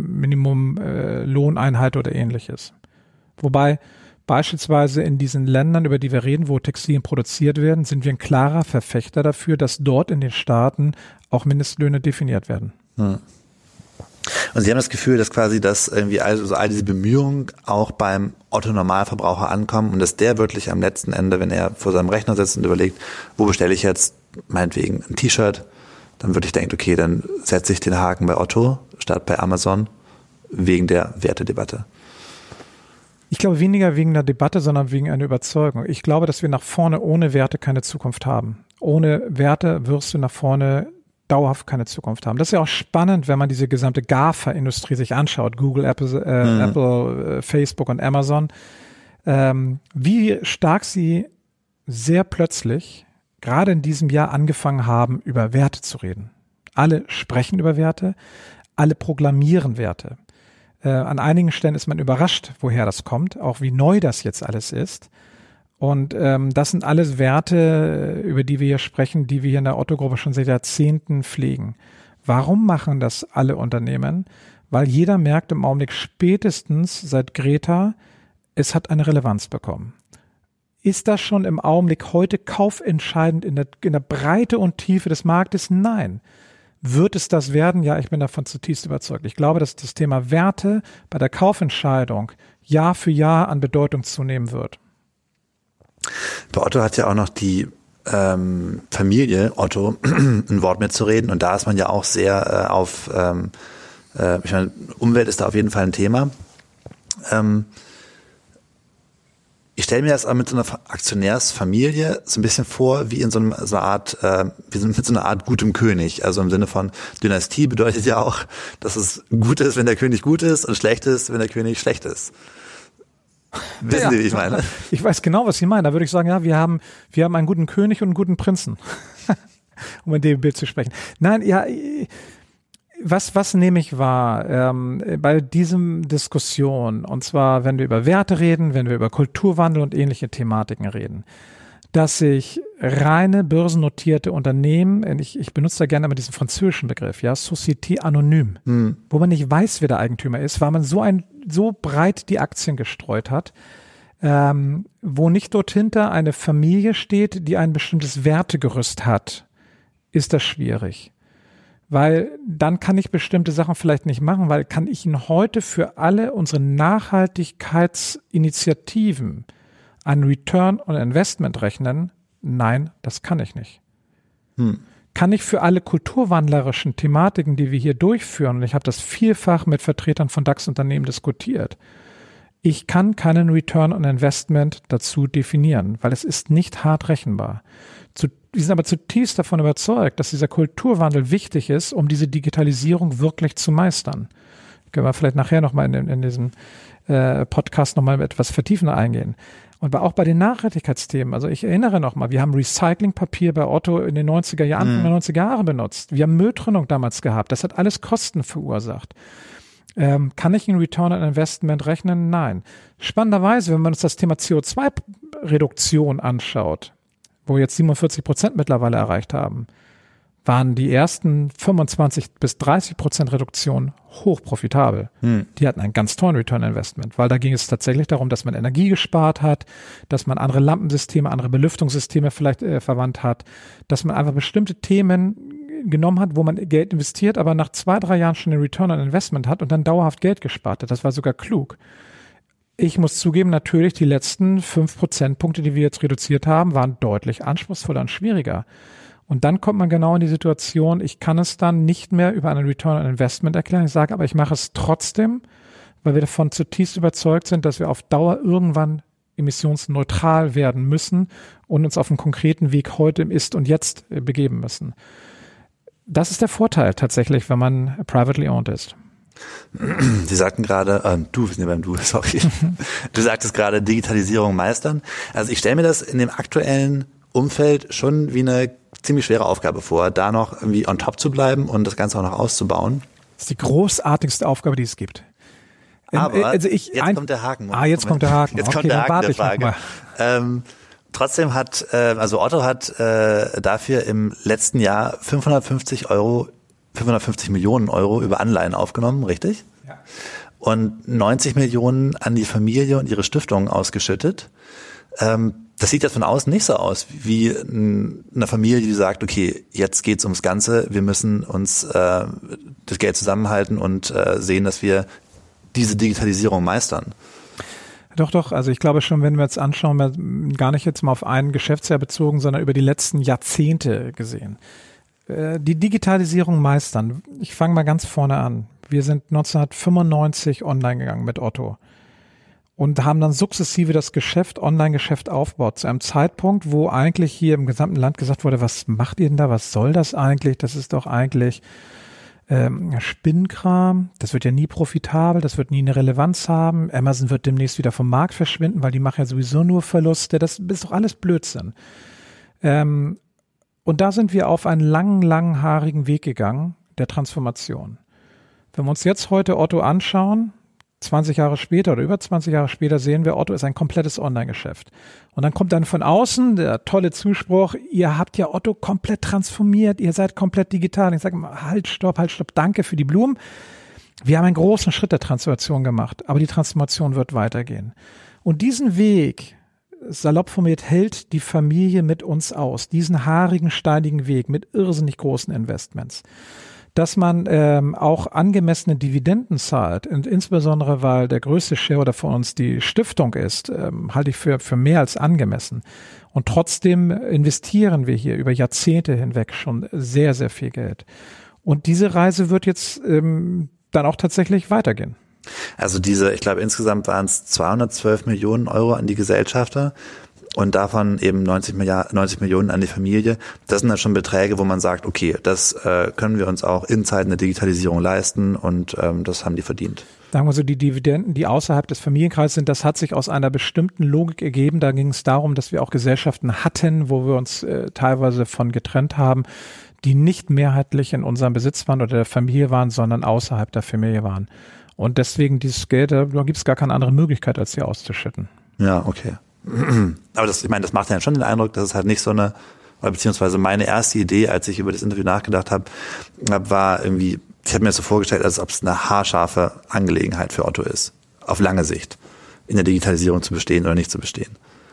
Speaker 3: Minimum Lohn einhalte oder ähnliches. Wobei beispielsweise in diesen Ländern, über die wir reden, wo Textilien produziert werden, sind wir ein klarer Verfechter dafür, dass dort in den Staaten auch Mindestlöhne definiert werden.
Speaker 2: Und Sie haben das Gefühl, dass quasi das irgendwie also all diese Bemühungen auch beim Otto-Normalverbraucher ankommen und dass der wirklich am letzten Ende, wenn er vor seinem Rechner sitzt und überlegt, wo bestelle ich jetzt meinetwegen ein T-Shirt, dann wirklich denkt, okay, dann setze ich den Haken bei Otto statt bei Amazon wegen der Wertedebatte.
Speaker 3: Ich glaube weniger wegen der Debatte, sondern wegen einer Überzeugung. Ich glaube, dass wir nach vorne ohne Werte keine Zukunft haben. Ohne Werte wirst du nach vorne dauerhaft keine Zukunft haben. Das ist ja auch spannend, wenn man diese gesamte GAFA-Industrie sich anschaut, Google, Apple, Facebook und Amazon, wie stark sie sehr plötzlich gerade in diesem Jahr angefangen haben, über Werte zu reden. Alle sprechen über Werte, alle proklamieren Werte. An einigen Stellen ist man überrascht, woher das kommt, auch wie neu das jetzt alles ist. Und das sind alles Werte, über die wir hier sprechen, die wir hier in der Otto-Gruppe schon seit Jahrzehnten pflegen. Warum machen das alle Unternehmen? Weil jeder merkt im Augenblick spätestens seit Greta, es hat eine Relevanz bekommen. Ist das schon im Augenblick heute kaufentscheidend in der Breite und Tiefe des Marktes? Nein. Wird es das werden? Ja, ich bin davon zutiefst überzeugt. Ich glaube, dass das Thema Werte bei der Kaufentscheidung Jahr für Jahr an Bedeutung zunehmen wird.
Speaker 2: Bei Otto hat ja auch noch die Familie Otto ein Wort mitzureden und da ist man ja auch sehr auf, ich meine, Umwelt ist da auf jeden Fall ein Thema. Ich stelle mir das auch mit so einer Aktionärsfamilie so ein bisschen vor, wie in so einer Art, wie mit so einer Art gutem König. Also im Sinne von Dynastie bedeutet ja auch, dass es gut ist, wenn der König gut ist und schlecht ist, wenn der König schlecht ist. Wissen Sie, wie ich meine?
Speaker 3: Ich weiß genau, was Sie meinen. Da würde ich sagen, ja, wir haben einen guten König und einen guten Prinzen. Um in dem Bild zu sprechen. Nein, ja, was nehme ich wahr bei diesem Diskussion, und zwar, wenn wir über Werte reden, wenn wir über Kulturwandel und ähnliche Thematiken reden, dass sich reine börsennotierte Unternehmen, ich benutze da gerne immer diesen französischen Begriff, ja, Société anonyme, wo man nicht weiß, wer der Eigentümer ist, weil man so breit die Aktien gestreut hat, wo nicht dort hinter eine Familie steht, die ein bestimmtes Wertegerüst hat, ist das schwierig. Weil dann kann ich bestimmte Sachen vielleicht nicht machen, weil kann ich Ihnen heute für alle unsere Nachhaltigkeitsinitiativen einen Return on Investment rechnen? Nein, das kann ich nicht. Kann ich für alle kulturwandlerischen Thematiken, die wir hier durchführen, und ich habe das vielfach mit Vertretern von DAX-Unternehmen diskutiert, ich kann keinen Return on Investment dazu definieren, weil es ist nicht hart rechenbar. Wir sind aber zutiefst davon überzeugt, dass dieser Kulturwandel wichtig ist, um diese Digitalisierung wirklich zu meistern. Können wir vielleicht nachher nochmal in diesem Podcast nochmal etwas vertiefender eingehen. Und auch bei den Nachhaltigkeitsthemen, also ich erinnere nochmal, wir haben Recyclingpapier bei Otto in den 90er Jahren, Anfang der 90er Jahre benutzt. Wir haben Mülltrennung damals gehabt. Das hat alles Kosten verursacht. Kann ich einen Return on Investment rechnen? Nein. Spannenderweise, wenn man uns das Thema CO2-Reduktion anschaut, wo wir jetzt 47% mittlerweile erreicht haben, waren die ersten 25-30% Reduktion hoch profitabel. Die hatten einen ganz tollen Return on Investment, weil da ging es tatsächlich darum, dass man Energie gespart hat, dass man andere Lampensysteme, andere Belüftungssysteme vielleicht verwandt hat, dass man einfach bestimmte Themen genommen hat, wo man Geld investiert, aber nach 2-3 Jahren schon den Return on Investment hat und dann dauerhaft Geld gespart hat. Das war sogar klug. Ich muss zugeben, natürlich die letzten 5 Prozentpunkte, die wir jetzt reduziert haben, waren deutlich anspruchsvoller und schwieriger. Und dann kommt man genau in die Situation, ich kann es dann nicht mehr über einen Return on Investment erklären. Ich sage, aber ich mache es trotzdem, weil wir davon zutiefst überzeugt sind, dass wir auf Dauer irgendwann emissionsneutral werden müssen und uns auf einen konkreten Weg heute im Ist und Jetzt begeben müssen. Das ist der Vorteil tatsächlich, wenn man privately owned ist.
Speaker 2: Sie sagten gerade, wir sind ja beim Du, sorry. Du sagtest gerade Digitalisierung meistern. Also ich stelle mir das in dem aktuellen Umfeld schon wie eine ziemlich schwere Aufgabe vor, da noch irgendwie on top zu bleiben und das Ganze auch noch auszubauen.
Speaker 3: Das ist die großartigste Aufgabe, die es gibt.
Speaker 2: Aber jetzt kommt der Haken.
Speaker 3: Jetzt kommt der Haken.
Speaker 2: Jetzt kommt der Haken der Frage. Trotzdem hat, Otto hat dafür im letzten Jahr 550 Millionen Euro über Anleihen aufgenommen, richtig?
Speaker 3: Ja.
Speaker 2: Und 90 Millionen an die Familie und ihre Stiftung ausgeschüttet. Das sieht jetzt von außen nicht so aus, wie eine Familie, die sagt, okay, jetzt geht's ums Ganze, wir müssen uns das Geld zusammenhalten und sehen, dass wir diese Digitalisierung meistern.
Speaker 3: Doch. Also ich glaube schon, wenn wir jetzt anschauen, gar nicht jetzt mal auf ein Geschäftsjahr bezogen, sondern über die letzten Jahrzehnte gesehen. Die Digitalisierung meistern. Ich fange mal ganz vorne an. Wir sind 1995 online gegangen mit Otto und haben dann sukzessive das Online-Geschäft aufgebaut. Zu einem Zeitpunkt, wo eigentlich hier im gesamten Land gesagt wurde, was macht ihr denn da? Was soll das eigentlich? Das ist doch eigentlich Spinnkram, das wird ja nie profitabel, das wird nie eine Relevanz haben. Amazon wird demnächst wieder vom Markt verschwinden, weil die machen ja sowieso nur Verluste. Das ist doch alles Blödsinn. Und da sind wir auf einen langhaarigen Weg gegangen, der Transformation. Wenn wir uns jetzt heute Otto anschauen, 20 Jahre später oder über 20 Jahre später sehen wir, Otto ist ein komplettes Online-Geschäft. Und dann kommt dann von außen der tolle Zuspruch, ihr habt ja Otto komplett transformiert, ihr seid komplett digital. Ich sage mal, halt, stopp, danke für die Blumen. Wir haben einen großen Schritt der Transformation gemacht, aber die Transformation wird weitergehen. Und diesen Weg, salopp formuliert, hält die Familie mit uns aus. Diesen haarigen, steinigen Weg mit irrsinnig großen Investments. Dass man auch angemessene Dividenden zahlt, und insbesondere weil der größte Shareholder von uns die Stiftung ist, halte ich für mehr als angemessen. Und trotzdem investieren wir hier über Jahrzehnte hinweg schon sehr, sehr viel Geld. Und diese Reise wird jetzt dann auch tatsächlich weitergehen.
Speaker 2: Also ich glaube insgesamt waren es 212 Millionen Euro an die Gesellschafter. Und davon eben 90 Millionen an die Familie. Das sind dann schon Beträge, wo man sagt, okay, das können wir uns auch in Zeiten der Digitalisierung leisten und das haben die verdient.
Speaker 3: Sagen wir so, die Dividenden, die außerhalb des Familienkreises sind, das hat sich aus einer bestimmten Logik ergeben. Da ging es darum, dass wir auch Gesellschaften hatten, wo wir uns teilweise von getrennt haben, die nicht mehrheitlich in unserem Besitz waren oder der Familie waren, sondern außerhalb der Familie waren. Und deswegen dieses Geld, da gibt es gar keine andere Möglichkeit, als hier auszuschütten.
Speaker 2: Ja, okay. Aber das macht ja schon den Eindruck, dass es halt nicht so oder beziehungsweise meine erste Idee, als ich über das Interview nachgedacht habe, war irgendwie, ich habe mir das so vorgestellt, als ob es eine haarscharfe Angelegenheit für Otto ist, auf lange Sicht, in der Digitalisierung zu bestehen oder nicht zu bestehen.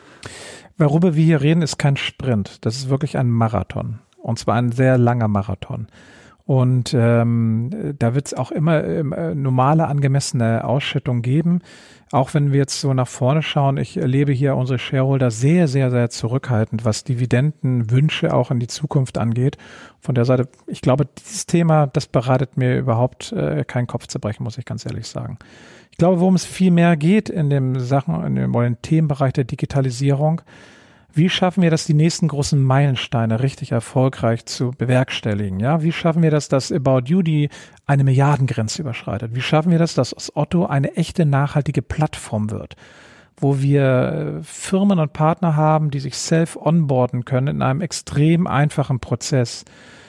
Speaker 3: Worüber wir hier reden, ist kein Sprint, das ist wirklich ein Marathon, und zwar ein sehr langer Marathon. Und da wird es auch immer normale, angemessene Ausschüttung geben. Auch wenn wir jetzt so nach vorne schauen, ich erlebe hier unsere Shareholder sehr, sehr, sehr zurückhaltend, was Dividendenwünsche auch in die Zukunft angeht. Von der Seite, ich glaube, dieses Thema, das bereitet mir überhaupt keinen Kopfzerbrechen, muss ich ganz ehrlich sagen. Ich glaube, worum es viel mehr geht in dem Themenbereich der Digitalisierung, wie schaffen wir das, die nächsten großen Meilensteine richtig erfolgreich zu bewerkstelligen? Ja, wie schaffen wir das, dass About You die 1 Milliardengrenze überschreitet? Wie schaffen wir das, dass aus Otto eine echte nachhaltige Plattform wird, wo wir Firmen und Partner haben, die sich self-onboarden können in einem extrem einfachen Prozess?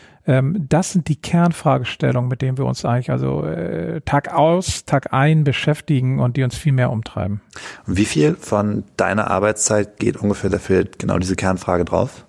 Speaker 3: Das sind die Kernfragestellungen, mit denen wir uns eigentlich Tag aus, Tag ein beschäftigen und die uns viel mehr umtreiben.
Speaker 2: Und wie viel von deiner Arbeitszeit geht ungefähr dafür genau diese Kernfrage drauf?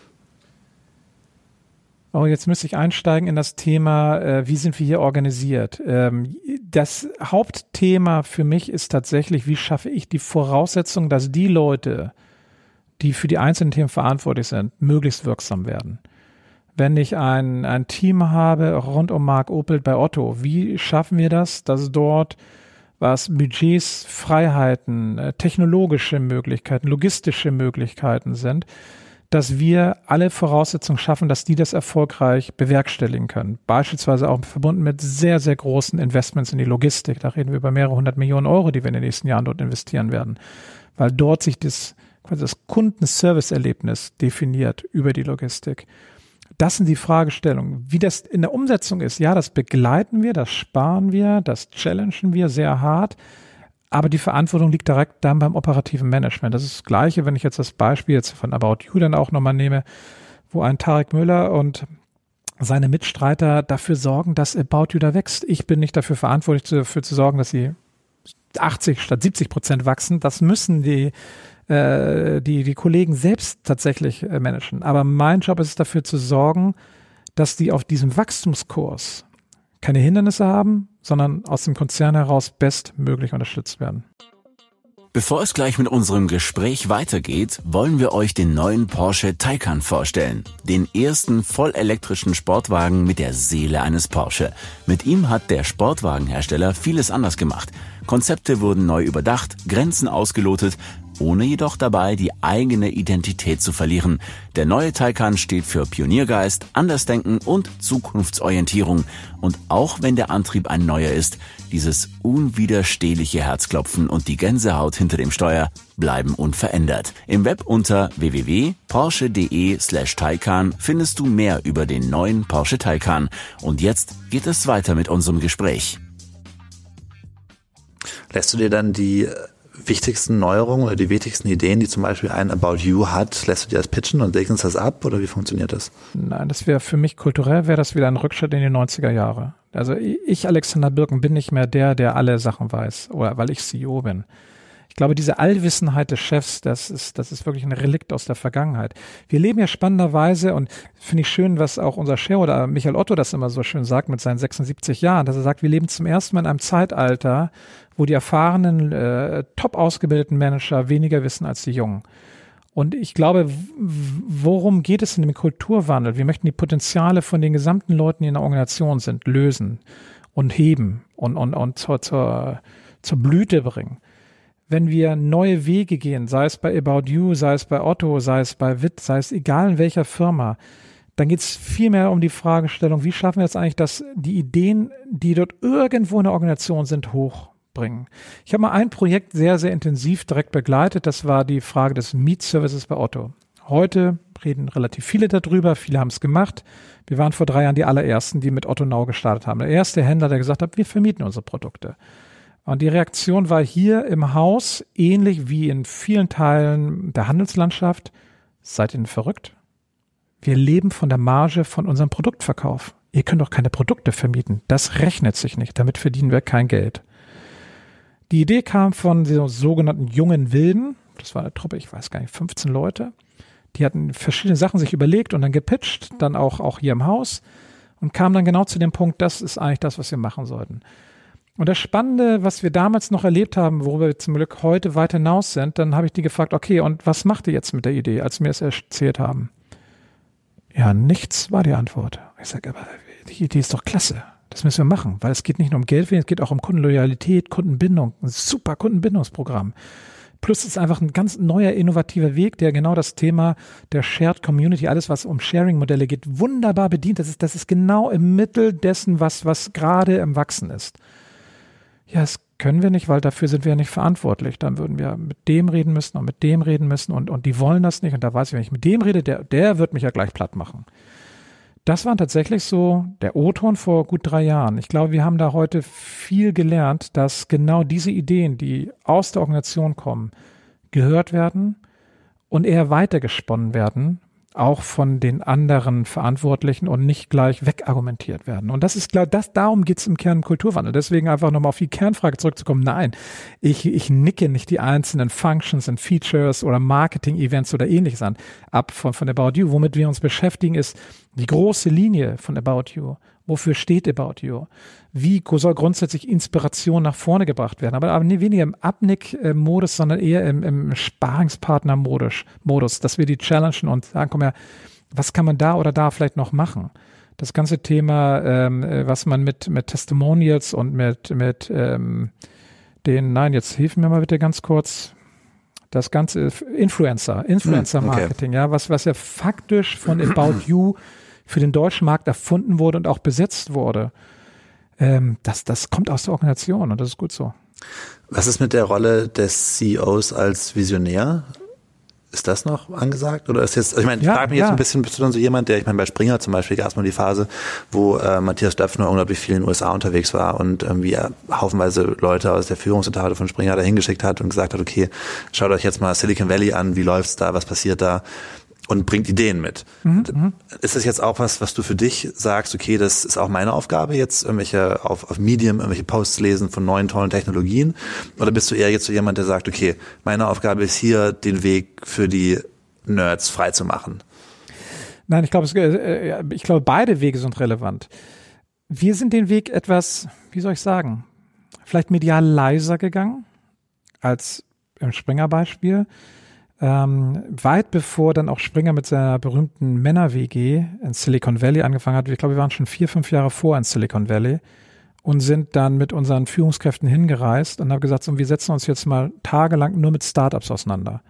Speaker 3: Oh, jetzt müsste ich einsteigen in das Thema, wie sind wir hier organisiert? Das Hauptthema für mich ist tatsächlich, wie schaffe ich die Voraussetzung, dass die Leute, die für die einzelnen Themen verantwortlich sind, möglichst wirksam werden. Wenn ich ein Team habe rund um Marc Opelt bei Otto, wie schaffen wir das, dass dort, was Budgets, Freiheiten, technologische Möglichkeiten, logistische Möglichkeiten sind, dass wir alle Voraussetzungen schaffen, dass die das erfolgreich bewerkstelligen können. Beispielsweise auch verbunden mit sehr, sehr großen Investments in die Logistik. Da reden wir über mehrere 100 Millionen Euro, die wir in den nächsten Jahren dort investieren werden, weil dort sich das Kundenservice-Erlebnis definiert über die Logistik. Das sind die Fragestellungen. Wie das in der Umsetzung ist, ja, das begleiten wir, das sparen wir, das challengen wir sehr hart, aber die Verantwortung liegt direkt dann beim operativen Management. Das ist das Gleiche, wenn ich jetzt das Beispiel jetzt von About You dann auch nochmal nehme, wo ein Tarek Müller und seine Mitstreiter dafür sorgen, dass About You da wächst. Ich bin nicht dafür verantwortlich, dafür zu sorgen, dass sie 80 statt 70% wachsen. Das müssen die Kollegen selbst tatsächlich managen. Aber mein Job ist es, dafür zu sorgen, dass die auf diesem Wachstumskurs keine Hindernisse haben, sondern aus dem Konzern heraus bestmöglich unterstützt werden.
Speaker 4: Bevor es gleich mit unserem Gespräch weitergeht, wollen wir euch den neuen Porsche Taycan vorstellen. Den ersten vollelektrischen Sportwagen mit der Seele eines Porsche. Mit ihm hat der Sportwagenhersteller vieles anders gemacht. Konzepte wurden neu überdacht, Grenzen ausgelotet, ohne jedoch dabei die eigene Identität zu verlieren. Der neue Taycan steht für Pioniergeist, Andersdenken und Zukunftsorientierung. Und auch wenn der Antrieb ein neuer ist, dieses unwiderstehliche Herzklopfen und die Gänsehaut hinter dem Steuer bleiben unverändert. Im Web unter www.porsche.de/Taycan findest du mehr über den neuen Porsche Taycan. Und jetzt geht es weiter mit unserem Gespräch.
Speaker 2: Lässt du dir dann die wichtigsten Neuerungen oder die wichtigsten Ideen, die zum Beispiel ein About You hat, lässt du dir das pitchen und segnest das ab oder wie funktioniert das?
Speaker 3: Nein, das wäre für mich kulturell, wäre das wieder ein Rückschritt in die 90er Jahre. Also ich, Alexander Birken, bin nicht mehr der alle Sachen weiß oder weil ich CEO bin. Ich glaube, diese Allwissenheit des Chefs, das ist wirklich ein Relikt aus der Vergangenheit. Wir leben ja spannenderweise und finde ich schön, was auch unser Shareholder Michael Otto das immer so schön sagt mit seinen 76 Jahren, dass er sagt, wir leben zum ersten Mal in einem Zeitalter, wo die erfahrenen, top ausgebildeten Manager weniger wissen als die Jungen. Und ich glaube, worum geht es in dem Kulturwandel? Wir möchten die Potenziale von den gesamten Leuten, die in der Organisation sind, lösen und heben und zur Blüte bringen. Wenn wir neue Wege gehen, sei es bei About You, sei es bei Otto, sei es bei Witt, sei es egal in welcher Firma, dann geht es vielmehr um die Fragestellung, wie schaffen wir es eigentlich, dass die Ideen, die dort irgendwo in der Organisation sind, hochbringen. Ich habe mal ein Projekt sehr, sehr intensiv direkt begleitet, das war die Frage des Meet-Services bei Otto. Heute reden relativ viele darüber, viele haben es gemacht. Wir waren vor 3 Jahren die allerersten, die mit Otto Now gestartet haben. Der erste Händler, der gesagt hat, wir vermieten unsere Produkte. Und die Reaktion war hier im Haus ähnlich wie in vielen Teilen der Handelslandschaft. Seid ihr denn verrückt? Wir leben von der Marge von unserem Produktverkauf. Ihr könnt doch keine Produkte vermieten. Das rechnet sich nicht. Damit verdienen wir kein Geld. Die Idee kam von den sogenannten jungen Wilden. Das war eine Truppe, ich weiß gar nicht, 15 Leute. Die hatten verschiedene Sachen sich überlegt und dann gepitcht, dann auch hier im Haus und kamen dann genau zu dem Punkt, das ist eigentlich das, was wir machen sollten. Und das Spannende, was wir damals noch erlebt haben, worüber wir zum Glück heute weit hinaus sind, dann habe ich die gefragt, okay, und was macht ihr jetzt mit der Idee, als wir es erzählt haben? Ja, nichts war die Antwort. Ich sage, aber die Idee ist doch klasse. Das müssen wir machen, weil es geht nicht nur um Geld, es geht auch um Kundenloyalität, Kundenbindung, ein super Kundenbindungsprogramm. Plus es ist einfach ein ganz neuer, innovativer Weg, der genau das Thema der Shared Community, alles was um Sharing-Modelle geht, wunderbar bedient. Das ist genau im Mittel dessen, was gerade im Wachsen ist. Ja, das können wir nicht, weil dafür sind wir ja nicht verantwortlich. Dann würden wir mit dem reden müssen und mit dem reden müssen und die wollen das nicht. Und da weiß ich, wenn ich mit dem rede, der wird mich ja gleich platt machen. Das war tatsächlich so der O-Ton vor gut 3 Jahren. Ich glaube, wir haben da heute viel gelernt, dass genau diese Ideen, die aus der Organisation kommen, gehört werden und eher weitergesponnen werden, auch von den anderen Verantwortlichen und nicht gleich wegargumentiert werden. Und das ist klar, darum geht es im Kern im Kulturwandel. Deswegen einfach nochmal auf die Kernfrage zurückzukommen. Nein, ich nicke nicht die einzelnen Functions und Features oder Marketing-Events oder ähnliches ab von About You. Womit wir uns beschäftigen, ist die große Linie von About You. Wofür steht About You? Wie soll grundsätzlich Inspiration nach vorne gebracht werden? Aber weniger im Abnick-Modus, sondern eher im Sparingspartner-Modus, dass wir die challengen und sagen, komm her, was kann man da oder da vielleicht noch machen? Das ganze Thema, was man mit Testimonials und mit jetzt hilf mir mal bitte ganz kurz, das ganze Influencer-Marketing, ja, was ja faktisch von About You für den deutschen Markt erfunden wurde und auch besetzt wurde. Das kommt aus der Organisation und das ist gut so.
Speaker 2: Was ist mit der Rolle des CEOs als Visionär? Ist das noch angesagt? Oder ist jetzt, ich meine, ich frage mich jetzt ein bisschen, bist du dann so jemand, der, ich meine, bei Springer zum Beispiel gab es mal die Phase, wo Matthias Döpfner unglaublich viel in den USA unterwegs war und irgendwie haufenweise Leute aus der Führungsetage von Springer da hingeschickt hat und gesagt hat, okay, schaut euch jetzt mal Silicon Valley an, wie läuft's da, was passiert da? Und bringt Ideen mit. Ist das jetzt auch was du für dich sagst, okay, das ist auch meine Aufgabe, jetzt irgendwelche auf Medium, irgendwelche Posts lesen von neuen, tollen Technologien? Oder bist du eher jetzt so jemand, der sagt, okay, meine Aufgabe ist hier, den Weg für die Nerds frei zu machen?
Speaker 3: Nein, ich glaube, beide Wege sind relevant. Wir sind den Weg etwas, wie soll ich sagen, vielleicht medial leiser gegangen als im Springer-Beispiel. Weit bevor dann auch Springer mit seiner berühmten Männer-WG in Silicon Valley angefangen hat. Ich glaube, wir waren schon 4-5 Jahre vor in Silicon Valley und sind dann mit unseren Führungskräften hingereist und haben gesagt, so, wir setzen uns jetzt mal tagelang nur mit Startups auseinander.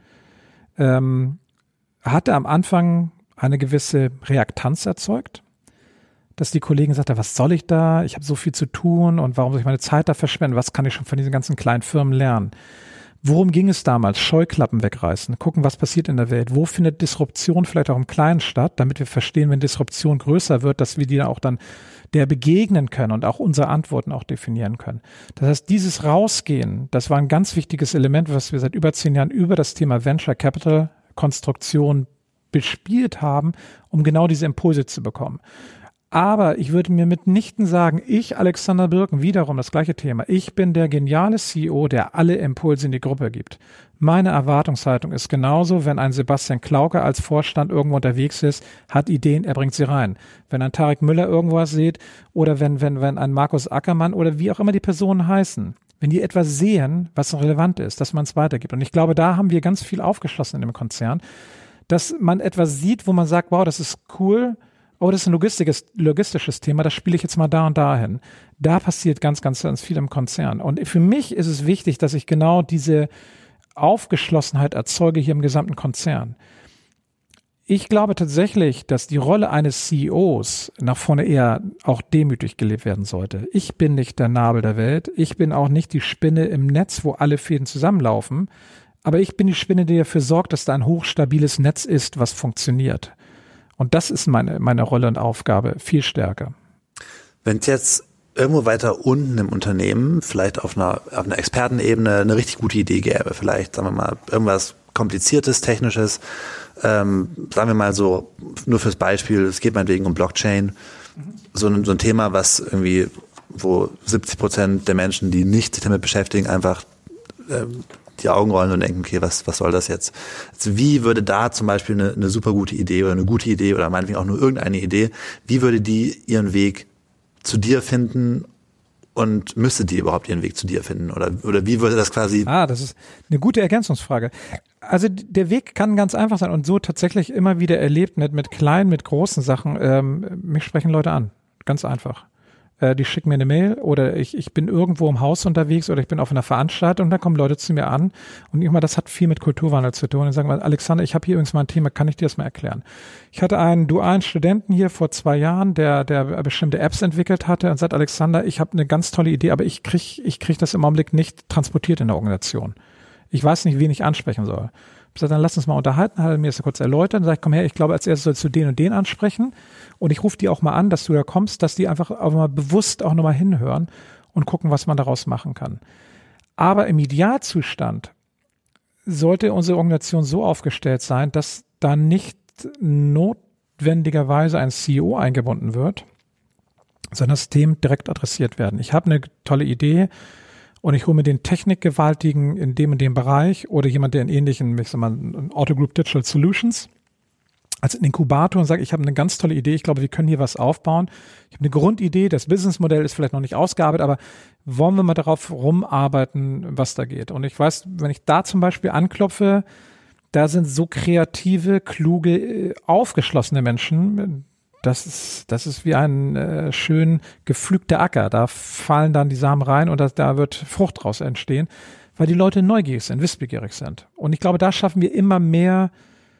Speaker 3: Hatte am Anfang eine gewisse Reaktanz erzeugt, dass die Kollegen sagten, was soll ich da? Ich habe so viel zu tun und warum soll ich meine Zeit da verschwenden? Was kann ich schon von diesen ganzen kleinen Firmen lernen? Worum ging es damals? Scheuklappen wegreißen, gucken, was passiert in der Welt. Wo findet Disruption vielleicht auch im Kleinen statt, damit wir verstehen, wenn Disruption größer wird, dass wir die auch dann der begegnen können und auch unsere Antworten auch definieren können. Das heißt, dieses Rausgehen, das war ein ganz wichtiges Element, was wir seit über 10 Jahren über das Thema Venture Capital Konstruktion bespielt haben, um genau diese Impulse zu bekommen. Aber ich würde mir mitnichten sagen, ich, Alexander Birken, wiederum das gleiche Thema, ich bin der geniale CEO, der alle Impulse in die Gruppe gibt. Meine Erwartungshaltung ist genauso, wenn ein Sebastian Klauke als Vorstand irgendwo unterwegs ist, hat Ideen, er bringt sie rein. Wenn ein Tarek Müller irgendwas sieht oder wenn ein Markus Ackermann oder wie auch immer die Personen heißen, wenn die etwas sehen, was relevant ist, dass man es weitergibt. Und ich glaube, da haben wir ganz viel aufgeschlossen in dem Konzern, dass man etwas sieht, wo man sagt, wow, das ist cool, oh, das ist ein logistisches Thema, das spiele ich jetzt mal da und dahin. Da passiert ganz, ganz, ganz viel im Konzern. Und für mich ist es wichtig, dass ich genau diese Aufgeschlossenheit erzeuge hier im gesamten Konzern. Ich glaube tatsächlich, dass die Rolle eines CEOs nach vorne eher auch demütig gelebt werden sollte. Ich bin nicht der Nabel der Welt. Ich bin auch nicht die Spinne im Netz, wo alle Fäden zusammenlaufen. Aber ich bin die Spinne, die dafür sorgt, dass da ein hochstabiles Netz ist, was funktioniert. Und das ist meine Rolle und Aufgabe viel stärker.
Speaker 2: Wenn es jetzt irgendwo weiter unten im Unternehmen, vielleicht auf einer Expertenebene, eine richtig gute Idee gäbe, vielleicht, sagen wir mal, irgendwas Kompliziertes, Technisches, sagen wir mal so, nur fürs Beispiel, es geht meinetwegen um Blockchain, so ein Thema, was irgendwie, wo 70% der Menschen, die nicht sich damit beschäftigen, einfach die Augen rollen und denken, okay, was soll das jetzt? Also wie würde da zum Beispiel eine super gute Idee oder eine gute Idee oder meinetwegen auch nur irgendeine Idee, wie würde die ihren Weg zu dir finden und müsste die überhaupt ihren Weg zu dir finden? Oder wie würde das quasi...
Speaker 3: Das ist eine gute Ergänzungsfrage. Also der Weg kann ganz einfach sein und so tatsächlich immer wieder erlebt mit kleinen, mit großen Sachen. Mich sprechen Leute an. Ganz einfach. Die schicken mir eine Mail oder ich bin irgendwo im Haus unterwegs oder ich bin auf einer Veranstaltung und da kommen Leute zu mir an und immer das hat viel mit Kulturwandel zu tun und sagen mal, Alexander, ich habe hier übrigens mal ein Thema, kann ich dir das mal erklären? Ich hatte einen dualen Studenten hier vor 2 Jahren, der bestimmte Apps entwickelt hatte und sagt, Alexander, ich habe eine ganz tolle Idee, aber ich krieg das im Augenblick nicht transportiert in der Organisation. Ich weiß nicht, wen ich ansprechen soll. Ich sage, dann lass uns mal unterhalten, hat er mir das kurz erläutert. Dann sage ich, komm her, ich glaube, als erstes sollst du den und den ansprechen. Und ich rufe die auch mal an, dass du da kommst, dass die einfach auch mal bewusst auch nochmal hinhören und gucken, was man daraus machen kann. Aber im Idealzustand sollte unsere Organisation so aufgestellt sein, dass da nicht notwendigerweise ein CEO eingebunden wird, sondern das Themen direkt adressiert werden. Ich habe eine tolle Idee, und ich hole mir den Technikgewaltigen in dem und dem Bereich oder jemand, der in ähnlichen, ich sag mal, Auto Group Digital Solutions als Inkubator und sage, ich habe eine ganz tolle Idee, ich glaube, wir können hier was aufbauen. Ich habe eine Grundidee, das Businessmodell ist vielleicht noch nicht ausgearbeitet, aber wollen wir mal darauf rumarbeiten, was da geht. Und ich weiß, wenn ich da zum Beispiel anklopfe, da sind so kreative, kluge, aufgeschlossene Menschen. Das ist wie ein schön gepflügter Acker. Da fallen dann die Samen rein und da wird Frucht draus entstehen, weil die Leute neugierig sind, wissbegierig sind. Und ich glaube, da schaffen wir immer mehr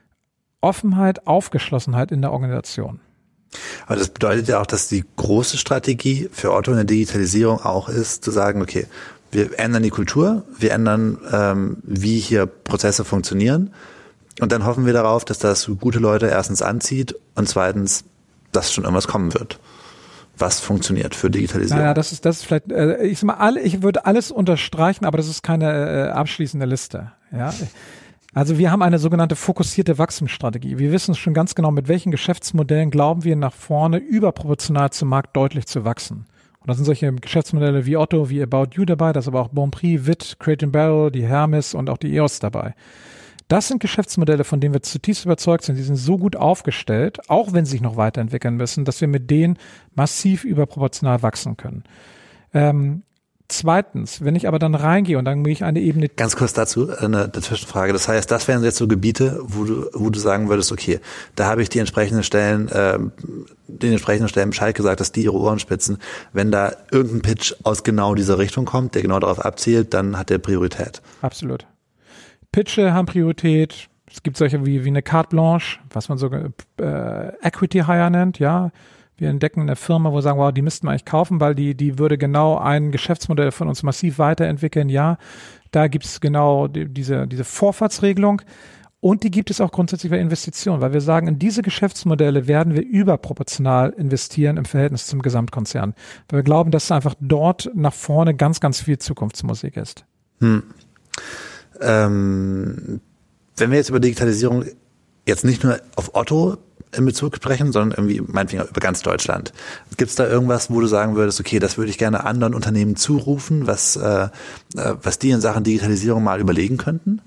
Speaker 3: Offenheit, Aufgeschlossenheit in der Organisation.
Speaker 2: Aber das bedeutet ja auch, dass die große Strategie für Otto in der Digitalisierung auch ist, zu sagen, okay, wir ändern die Kultur, wir ändern, wie hier Prozesse funktionieren und dann hoffen wir darauf, dass das gute Leute erstens anzieht und zweitens dass schon irgendwas kommen wird, was funktioniert für Digitalisierung.
Speaker 3: Naja, das ist vielleicht, ich sag mal, ich würde alles unterstreichen, aber das ist keine abschließende Liste. Ja, also wir haben eine sogenannte fokussierte Wachstumsstrategie. Wir wissen schon ganz genau, mit welchen Geschäftsmodellen glauben wir nach vorne überproportional zum Markt deutlich zu wachsen. Und da sind solche Geschäftsmodelle wie Otto, wie About You dabei, da ist aber auch Bonprix, Witt, Crate & Barrel, die Hermes und auch die EOS dabei. Das sind Geschäftsmodelle, von denen wir zutiefst überzeugt sind. Die sind so gut aufgestellt, auch wenn sie sich noch weiterentwickeln müssen, dass wir mit denen massiv überproportional wachsen können. Zweitens, wenn ich aber dann reingehe und dann gehe ich eine Ebene...
Speaker 2: Ganz kurz dazu eine Zwischenfrage. Das heißt, das wären jetzt so Gebiete, wo du sagen würdest, okay, da habe ich den entsprechenden Stellen Bescheid gesagt, dass die ihre Ohren spitzen. Wenn da irgendein Pitch aus genau dieser Richtung kommt, der genau darauf abzielt, dann hat der Priorität.
Speaker 3: Absolut. Pitche haben Priorität. Es gibt solche wie eine Carte Blanche, was man so Equity Hire nennt, ja. Wir entdecken eine Firma, wo wir sagen, wow, die müssten wir eigentlich kaufen, weil die würde genau ein Geschäftsmodell von uns massiv weiterentwickeln. Ja, da gibt es genau diese Vorfahrtsregelung. Und die gibt es auch grundsätzlich bei Investitionen, weil wir sagen, in diese Geschäftsmodelle werden wir überproportional investieren im Verhältnis zum Gesamtkonzern. Weil wir glauben, dass einfach dort nach vorne ganz, ganz viel Zukunftsmusik ist.
Speaker 2: Wenn wir jetzt über Digitalisierung jetzt nicht nur auf Otto in Bezug sprechen, sondern irgendwie meinetwegen über ganz Deutschland. Gibt es da irgendwas, wo du sagen würdest, okay, das würde ich gerne anderen Unternehmen zurufen, was die in Sachen Digitalisierung mal überlegen könnten?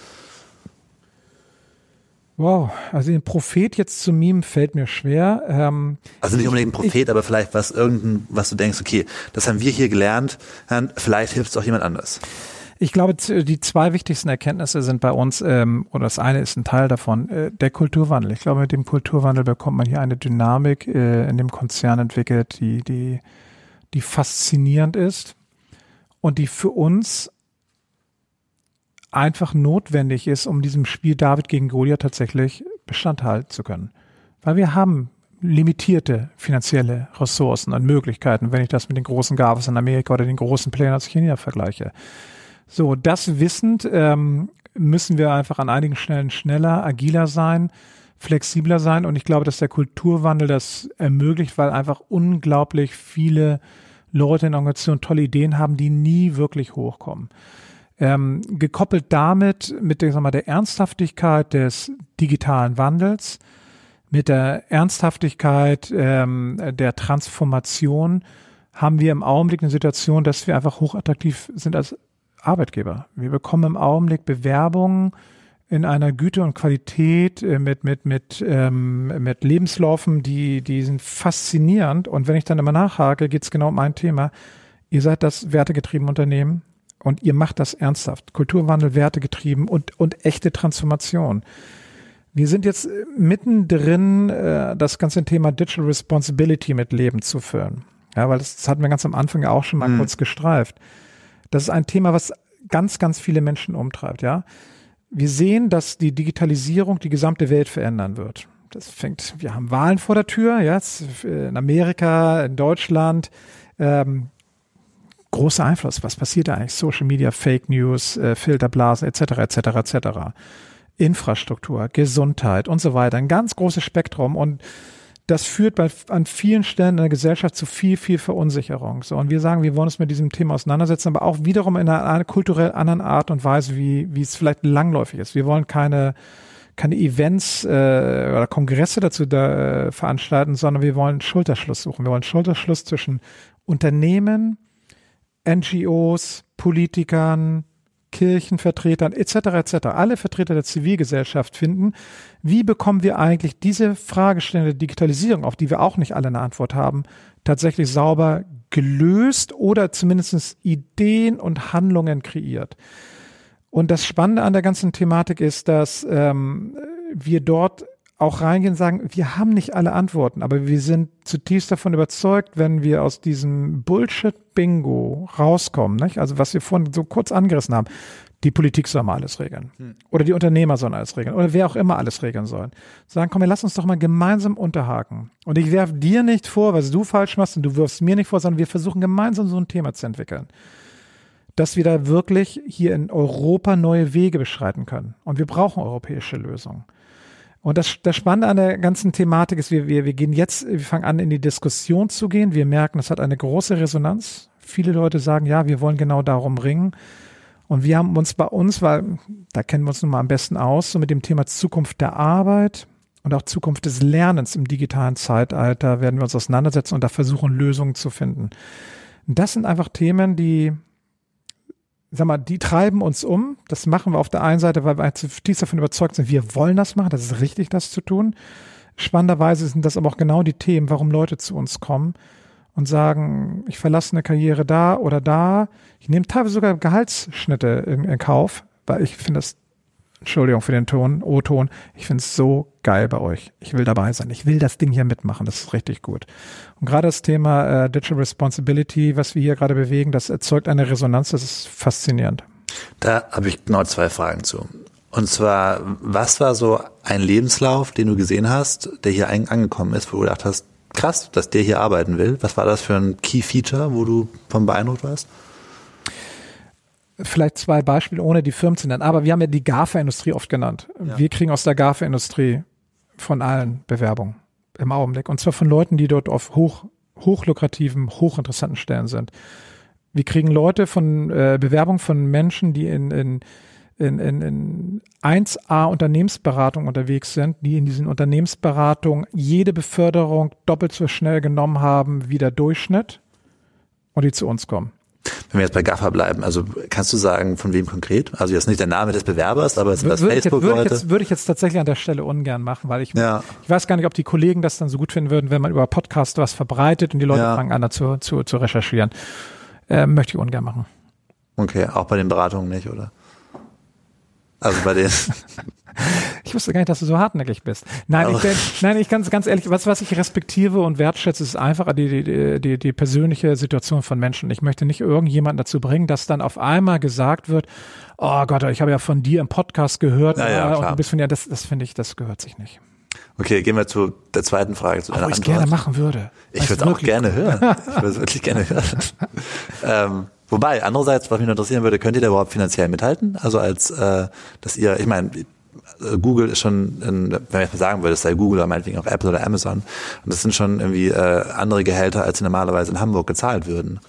Speaker 3: Wow, also den Prophet jetzt zu mimen fällt mir schwer.
Speaker 2: Also nicht unbedingt ein Prophet, aber vielleicht was du denkst, okay, das haben wir hier gelernt, vielleicht hilft es auch jemand anders.
Speaker 3: Ich glaube, die zwei wichtigsten Erkenntnisse sind bei uns, oder das eine ist ein Teil davon, der Kulturwandel. Ich glaube, mit dem Kulturwandel bekommt man hier eine Dynamik in dem Konzern entwickelt, die faszinierend ist und die für uns einfach notwendig ist, um diesem Spiel David gegen Goliath tatsächlich Bestand halten zu können. Weil wir haben limitierte finanzielle Ressourcen und Möglichkeiten, wenn ich das mit den großen GAFAs in Amerika oder den großen Playern aus China vergleiche. So, das wissend müssen wir einfach an einigen Stellen schneller, agiler sein, flexibler sein. Und ich glaube, dass der Kulturwandel das ermöglicht, weil einfach unglaublich viele Leute in der Organisation tolle Ideen haben, die nie wirklich hochkommen. Gekoppelt damit mit der Ernsthaftigkeit des digitalen Wandels, mit der Ernsthaftigkeit der Transformation haben wir im Augenblick eine Situation, dass wir einfach hochattraktiv sind als Arbeitgeber. Wir bekommen im Augenblick Bewerbungen in einer Güte und Qualität mit Lebenslaufen, die sind faszinierend. Und wenn ich dann immer nachhake, geht es genau um ein Thema. Ihr seid das wertegetriebene Unternehmen. Und ihr macht das ernsthaft. Kulturwandel, wertegetrieben und echte Transformation. Wir sind jetzt mittendrin, das ganze Thema Digital Responsibility mit Leben zu füllen. Ja, weil das hatten wir ganz am Anfang ja auch schon mal kurz gestreift. Das ist ein Thema, was ganz, ganz viele Menschen umtreibt. Ja, wir sehen, dass die Digitalisierung die gesamte Welt verändern wird. Wir haben Wahlen vor der Tür, jetzt in Amerika, in Deutschland. Großer Einfluss. Was passiert da eigentlich? Social Media, Fake News, Filterblasen etc. Infrastruktur, Gesundheit und so weiter. Ein ganz großes Spektrum und das führt an vielen Stellen in der Gesellschaft zu viel Verunsicherung. So, und wir sagen, wir wollen uns mit diesem Thema auseinandersetzen, aber auch wiederum in einer kulturell anderen Art und Weise, wie es vielleicht langläufig ist. Wir wollen keine Events oder Kongresse dazu veranstalten, sondern wir wollen Schulterschluss suchen. Wir wollen Schulterschluss zwischen Unternehmen, NGOs, Politikern, Kirchenvertretern etc. Alle Vertreter der Zivilgesellschaft finden, wie bekommen wir eigentlich diese Fragestellung der Digitalisierung, auf die wir auch nicht alle eine Antwort haben, tatsächlich sauber gelöst oder zumindest Ideen und Handlungen kreiert. Und das Spannende an der ganzen Thematik ist, dass wir dort auch reingehen und sagen, wir haben nicht alle Antworten, aber wir sind zutiefst davon überzeugt, wenn wir aus diesem Bullshit-Bingo rauskommen, nicht? Also was wir vorhin so kurz angerissen haben, die Politik soll mal alles regeln oder die Unternehmer sollen alles regeln oder wer auch immer alles regeln soll. Sagen, komm, lass uns doch mal gemeinsam unterhaken. Und ich werfe dir nicht vor, was du falsch machst und du wirfst mir nicht vor, sondern wir versuchen gemeinsam so ein Thema zu entwickeln, dass wir da wirklich hier in Europa neue Wege beschreiten können. Und wir brauchen europäische Lösungen. Und das Spannende an der ganzen Thematik ist, wir fangen an, in die Diskussion zu gehen. Wir merken, es hat eine große Resonanz. Viele Leute sagen, ja, wir wollen genau darum ringen. Und wir haben uns bei uns, weil da kennen wir uns nun mal am besten aus, so mit dem Thema Zukunft der Arbeit und auch Zukunft des Lernens im digitalen Zeitalter werden wir uns auseinandersetzen und da versuchen, Lösungen zu finden. Und das sind einfach Themen, die treiben uns um. Das machen wir auf der einen Seite, weil wir zutiefst davon überzeugt sind, wir wollen das machen, das ist richtig, das zu tun. Spannenderweise sind das aber auch genau die Themen, warum Leute zu uns kommen und sagen, ich verlasse eine Karriere da oder da. Ich nehme teilweise sogar Gehaltsschnitte in Kauf, weil ich finde das, Entschuldigung für den O-Ton, ich finde es so geil bei euch. Ich will dabei sein. Ich will das Ding hier mitmachen. Das ist richtig gut. Und gerade das Thema Digital Responsibility, was wir hier gerade bewegen, das erzeugt eine Resonanz. Das ist faszinierend.
Speaker 2: Da habe ich genau 2 Fragen zu. Und zwar, was war so ein Lebenslauf, den du gesehen hast, der hier angekommen ist, wo du gedacht hast, krass, dass der hier arbeiten will. Was war das für ein Key Feature, wo du von beeindruckt warst?
Speaker 3: Vielleicht 2 Beispiele, ohne die Firmen zu nennen. Aber wir haben ja die GAFA-Industrie oft genannt. Ja. Wir kriegen aus der GAFA-Industrie von allen Bewerbungen im Augenblick. Und zwar von Leuten, die dort auf hochlukrativen, hochinteressanten Stellen sind. Wir kriegen Leute von Bewerbungen von Menschen, die in 1A Unternehmensberatung unterwegs sind, die in diesen Unternehmensberatungen jede Beförderung doppelt so schnell genommen haben wie der Durchschnitt und die zu uns kommen.
Speaker 2: Wenn wir jetzt bei GAFA bleiben, also kannst du sagen, von wem konkret? Also jetzt nicht der Name des Bewerbers, aber es ist Facebook-Leute.
Speaker 3: Würde ich jetzt tatsächlich an der Stelle ungern machen, weil ich weiß gar nicht, ob die Kollegen das dann so gut finden würden, wenn man über Podcast was verbreitet und die Leute fangen an, dazu zu recherchieren. Möchte ich ungern machen.
Speaker 2: Okay, auch bei den Beratungen nicht, oder? Also bei den...
Speaker 3: Ich wusste gar nicht, dass du so hartnäckig bist. Nein, ich ganz ehrlich, was ich respektiere und wertschätze, ist einfach die persönliche Situation von Menschen. Ich möchte nicht irgendjemanden dazu bringen, dass dann auf einmal gesagt wird, oh Gott, ich habe ja von dir im Podcast gehört und du bist von dir, das finde ich, das gehört sich nicht.
Speaker 2: Okay, gehen wir zu der zweiten Frage, zu deiner Antwort.
Speaker 3: Ich gerne machen würde.
Speaker 2: Ich würde es auch gerne hören. Ich würde es wirklich gerne hören. Wobei, andererseits, was mich noch interessieren würde, könnt ihr da überhaupt finanziell mithalten? Also dass ihr, ich meine, Google ist schon, wenn ich jetzt mal sagen würde, es sei Google oder meinetwegen auch Apple oder Amazon. Und das sind schon irgendwie andere Gehälter, als sie normalerweise in Hamburg gezahlt würden.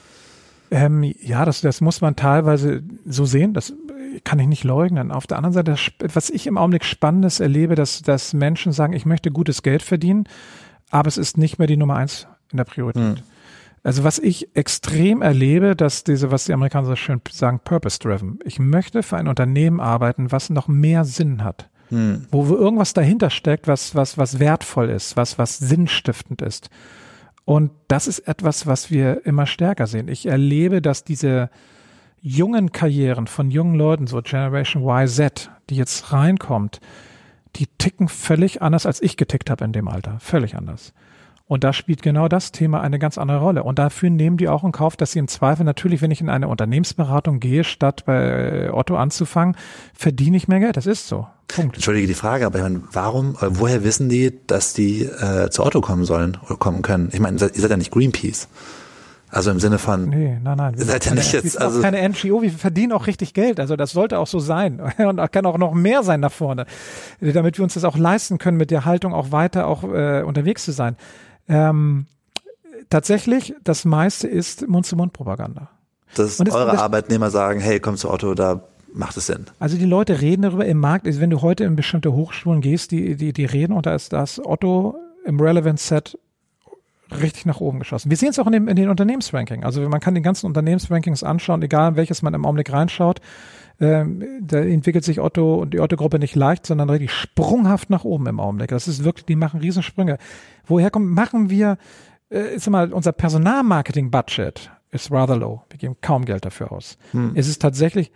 Speaker 3: Das muss man teilweise so sehen. Das kann ich nicht leugnen. Auf der anderen Seite, was ich im Augenblick Spannendes erlebe, dass Menschen sagen, ich möchte gutes Geld verdienen, aber es ist nicht mehr die Nummer 1 in der Priorität. Also was ich extrem erlebe, dass was die Amerikaner so schön sagen, purpose-driven. Ich möchte für ein Unternehmen arbeiten, was noch mehr Sinn hat. Wo irgendwas dahinter steckt, was wertvoll ist, was sinnstiftend ist. Und das ist etwas, was wir immer stärker sehen. Ich erlebe, dass diese jungen Karrieren von jungen Leuten, so Generation YZ, die jetzt reinkommt, die ticken völlig anders, als ich getickt habe in dem Alter. Völlig anders. Und da spielt genau das Thema eine ganz andere Rolle. Und dafür nehmen die auch in Kauf, dass sie im Zweifel natürlich, wenn ich in eine Unternehmensberatung gehe, statt bei Otto anzufangen, verdiene ich mehr Geld. Das ist so. Punkt.
Speaker 2: Entschuldige die Frage, aber ich meine, woher wissen die, dass die zu Otto kommen sollen oder kommen können? Ich meine, ihr seid ja nicht Greenpeace. Also im Sinne von...
Speaker 3: Nein.
Speaker 2: Wir seid ja nicht jetzt...
Speaker 3: Wir sind auch keine NGO, wir verdienen auch richtig Geld. Also das sollte auch so sein. Und kann auch noch mehr sein nach vorne. Damit wir uns das auch leisten können, mit der Haltung auch weiter unterwegs zu sein. Tatsächlich, das meiste ist Mund-zu-Mund-Propaganda.
Speaker 2: Dass eure Arbeitnehmer sagen, hey, komm zu Otto, da macht es Sinn.
Speaker 3: Also die Leute reden darüber im Markt. Also wenn du heute in bestimmte Hochschulen gehst, die reden, und da ist das Otto im Relevance Set richtig nach oben geschossen. Wir sehen es auch in den Unternehmensranking. Also man kann die ganzen Unternehmensrankings anschauen, egal welches man im Augenblick reinschaut. Da entwickelt sich Otto und die Otto-Gruppe nicht leicht, sondern richtig sprunghaft nach oben im Augenblick. Das ist wirklich, die machen Riesensprünge. Machen wir, unser Personalmarketing-Budget ist rather low. Wir geben kaum Geld dafür aus. Es ist tatsächlich,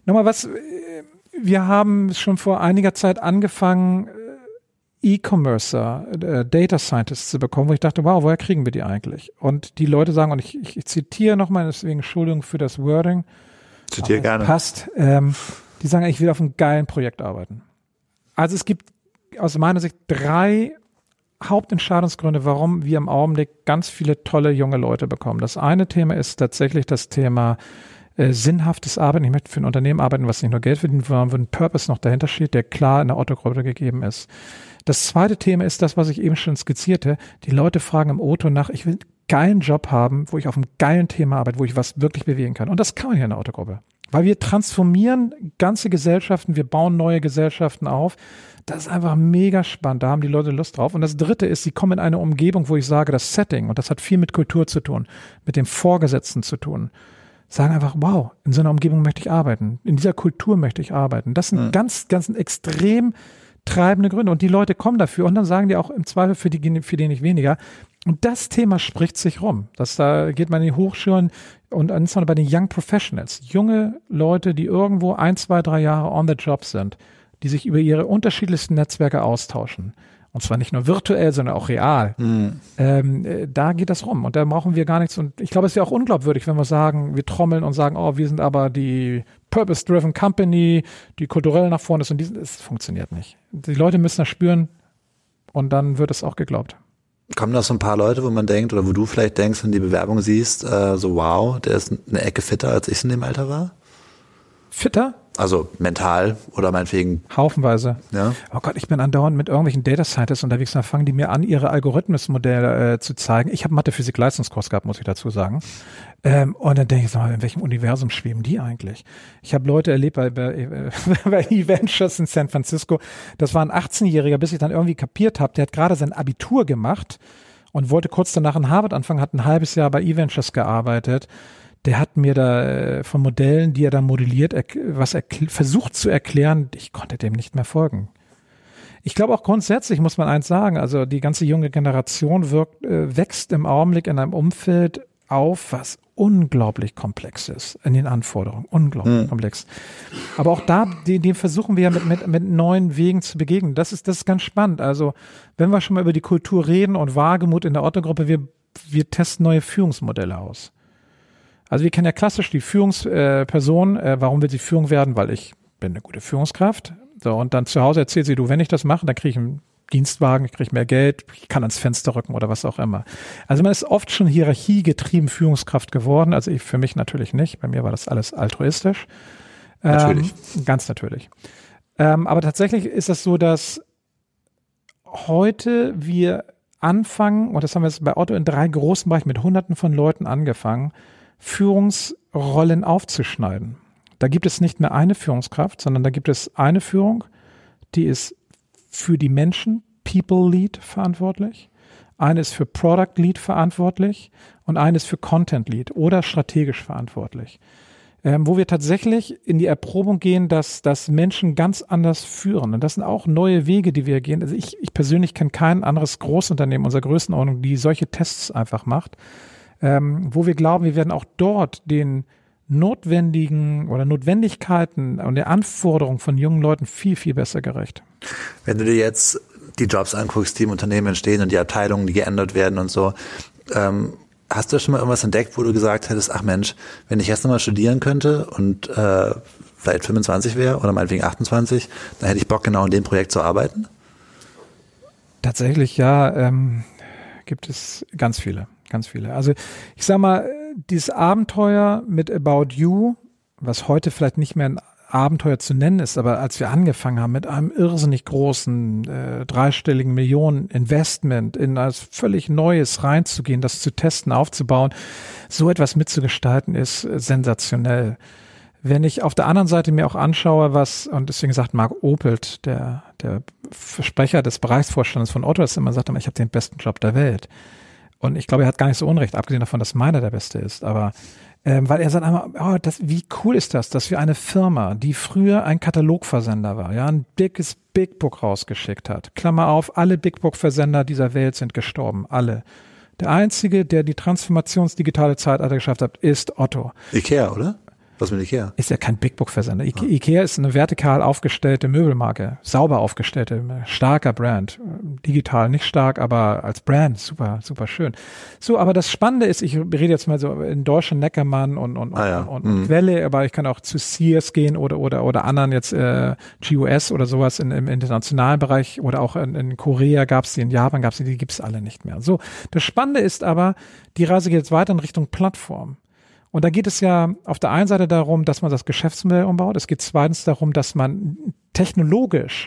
Speaker 3: wir haben schon vor einiger Zeit angefangen, E-Commercer, Data Scientists zu bekommen, wo ich dachte, wow, woher kriegen wir die eigentlich? Und die Leute sagen, und ich zitiere nochmal, deswegen Entschuldigung für das Wording,
Speaker 2: zitiere gerne.
Speaker 3: Passt, die sagen, ich will auf einem geilen Projekt arbeiten. Also es gibt aus meiner Sicht 3 Hauptentscheidungsgründe, warum wir im Augenblick ganz viele tolle junge Leute bekommen. Das eine Thema ist tatsächlich das Thema sinnhaftes Arbeiten. Ich möchte für ein Unternehmen arbeiten, was nicht nur Geld verdient, sondern wo ein Purpose noch dahinter steht, der klar in der Otto-Gruppe gegeben ist. Das zweite Thema ist das, was ich eben schon skizzierte. Die Leute fragen im Otto nach, ich will einen geilen Job haben, wo ich auf einem geilen Thema arbeite, wo ich was wirklich bewegen kann. Und das kann man hier in der Otto-Gruppe. Weil wir transformieren ganze Gesellschaften, wir bauen neue Gesellschaften auf. Das ist einfach mega spannend, da haben die Leute Lust drauf. Und das dritte ist, sie kommen in eine Umgebung, wo ich sage, das Setting, und das hat viel mit Kultur zu tun, mit dem Vorgesetzten zu tun, sagen einfach, wow, in so einer Umgebung möchte ich arbeiten, in dieser Kultur möchte ich arbeiten. Das sind ganz extrem treibende Gründe. Und die Leute kommen dafür und dann sagen die auch im Zweifel für die nicht weniger. Und das Thema spricht sich rum. Da geht man in die Hochschulen und insbesondere bei den Young Professionals, junge Leute, die irgendwo 1, 2, 3 Jahre on the job sind, die sich über ihre unterschiedlichsten Netzwerke austauschen. Und zwar nicht nur virtuell, sondern auch real. Da geht das rum. Und da brauchen wir gar nichts. Und ich glaube, es wäre auch unglaubwürdig, wenn wir sagen, wir trommeln und sagen, oh, wir sind aber die Purpose-Driven Company, die kulturell nach vorne ist. Und es funktioniert nicht. Die Leute müssen das spüren und dann wird es auch geglaubt.
Speaker 2: Kommen da so ein paar Leute, wo man denkt, oder wo du vielleicht denkst, wenn du die Bewerbung siehst, so wow, der ist eine Ecke fitter, als ich in dem Alter war?
Speaker 3: Fitter?
Speaker 2: Also mental oder meinetwegen.
Speaker 3: Haufenweise.
Speaker 2: Ja.
Speaker 3: Oh Gott, ich bin andauernd mit irgendwelchen Data Scientists unterwegs, dann fangen die mir an, ihre Algorithmusmodelle zu zeigen. Ich habe Mathe-Physik-Leistungskurs gehabt, muss ich dazu sagen. Und dann denke ich so, in welchem Universum schweben die eigentlich? Ich habe Leute erlebt bei eVentures in San Francisco. Das war ein 18-Jähriger, bis ich dann irgendwie kapiert habe, der hat gerade sein Abitur gemacht und wollte kurz danach in Harvard anfangen, hat ein halbes Jahr bei eVentures gearbeitet. Der hat mir da von Modellen, die er da modelliert, versucht zu erklären. Ich konnte dem nicht mehr folgen. Ich glaube auch grundsätzlich muss man eins sagen, also die ganze junge Generation wächst im Augenblick in einem Umfeld auf, was unglaublich komplex ist in den Anforderungen, unglaublich komplex. Aber auch da, dem versuchen wir ja mit neuen Wegen zu begegnen. Das ist ganz spannend. Also wenn wir schon mal über die Kultur reden und Wagemut in der Otto-Gruppe, wir testen neue Führungsmodelle aus. Also wir kennen ja klassisch die Führungsperson. Warum will sie Führung werden? Weil ich bin eine gute Führungskraft. So, und dann zu Hause erzählt sie, du, wenn ich das mache, dann kriege ich einen Dienstwagen, ich kriege mehr Geld, ich kann ans Fenster rücken oder was auch immer. Also man ist oft schon hierarchiegetrieben Führungskraft geworden. Also ich für mich natürlich nicht. Bei mir war das alles altruistisch.
Speaker 2: Natürlich.
Speaker 3: Ganz natürlich. Aber tatsächlich ist es so, dass heute wir anfangen, und das haben wir jetzt bei Otto in 3 großen Bereichen mit Hunderten von Leuten angefangen, Führungsrollen aufzuschneiden. Da gibt es nicht mehr eine Führungskraft, sondern da gibt es eine Führung, die ist für die Menschen, People Lead verantwortlich, eine ist für Product Lead verantwortlich und eine ist für Content Lead oder strategisch verantwortlich. Wo wir tatsächlich in die Erprobung gehen, dass Menschen ganz anders führen. Und das sind auch neue Wege, die wir gehen. Also ich persönlich kenne kein anderes Großunternehmen unserer Größenordnung, die solche Tests einfach macht. Wo wir glauben, wir werden auch dort den notwendigen oder Notwendigkeiten und der Anforderungen von jungen Leuten viel, viel besser gerecht.
Speaker 2: Wenn du dir jetzt die Jobs anguckst, die im Unternehmen entstehen und die Abteilungen, die geändert werden und so, hast du schon mal irgendwas entdeckt, wo du gesagt hättest, ach Mensch, wenn ich erst nochmal studieren könnte und vielleicht 25 wäre oder meinetwegen 28, dann hätte ich Bock, genau in dem Projekt zu arbeiten?
Speaker 3: Tatsächlich, ja, gibt es ganz viele. Ganz viele. Also ich sag mal, dieses Abenteuer mit About You, was heute vielleicht nicht mehr ein Abenteuer zu nennen ist, aber als wir angefangen haben mit einem irrsinnig großen, 3-stelligen Millionen Investment in etwas völlig Neues reinzugehen, das zu testen, aufzubauen, so etwas mitzugestalten, ist sensationell. Wenn ich auf der anderen Seite mir auch anschaue, und deswegen sagt Marc Opelt, der Sprecher des Bereichsvorstandes von Otto, das immer sagt, ich habe den besten Job der Welt. Und ich glaube, er hat gar nicht so Unrecht, abgesehen davon, dass meiner der beste ist. Aber weil er sagt einmal, wie cool ist das, dass wir eine Firma, die früher ein Katalogversender war, ja, ein dickes Big Book rausgeschickt hat. Klammer auf, alle Big Book Versender dieser Welt sind gestorben, alle. Der einzige, der die transformationsdigitale Zeitalter geschafft hat, ist Otto.
Speaker 2: Ikea, oder? Was mit Ikea?
Speaker 3: Ist ja kein Big Book Versender. Ikea ist eine vertikal aufgestellte Möbelmarke, sauber aufgestellte, starker Brand. Digital nicht stark, aber als Brand super, super schön. So, aber das Spannende ist, ich rede jetzt mal so in Deutschland Neckermann und Quelle, aber ich kann auch zu Sears gehen oder anderen jetzt GUS oder sowas im internationalen Bereich oder auch in Korea gab's die, in Japan gab's die gibt's alle nicht mehr. So, das Spannende ist aber, die Reise geht jetzt weiter in Richtung Plattform. Und da geht es ja auf der einen Seite darum, dass man das Geschäftsmodell umbaut. Es geht zweitens darum, dass man technologisch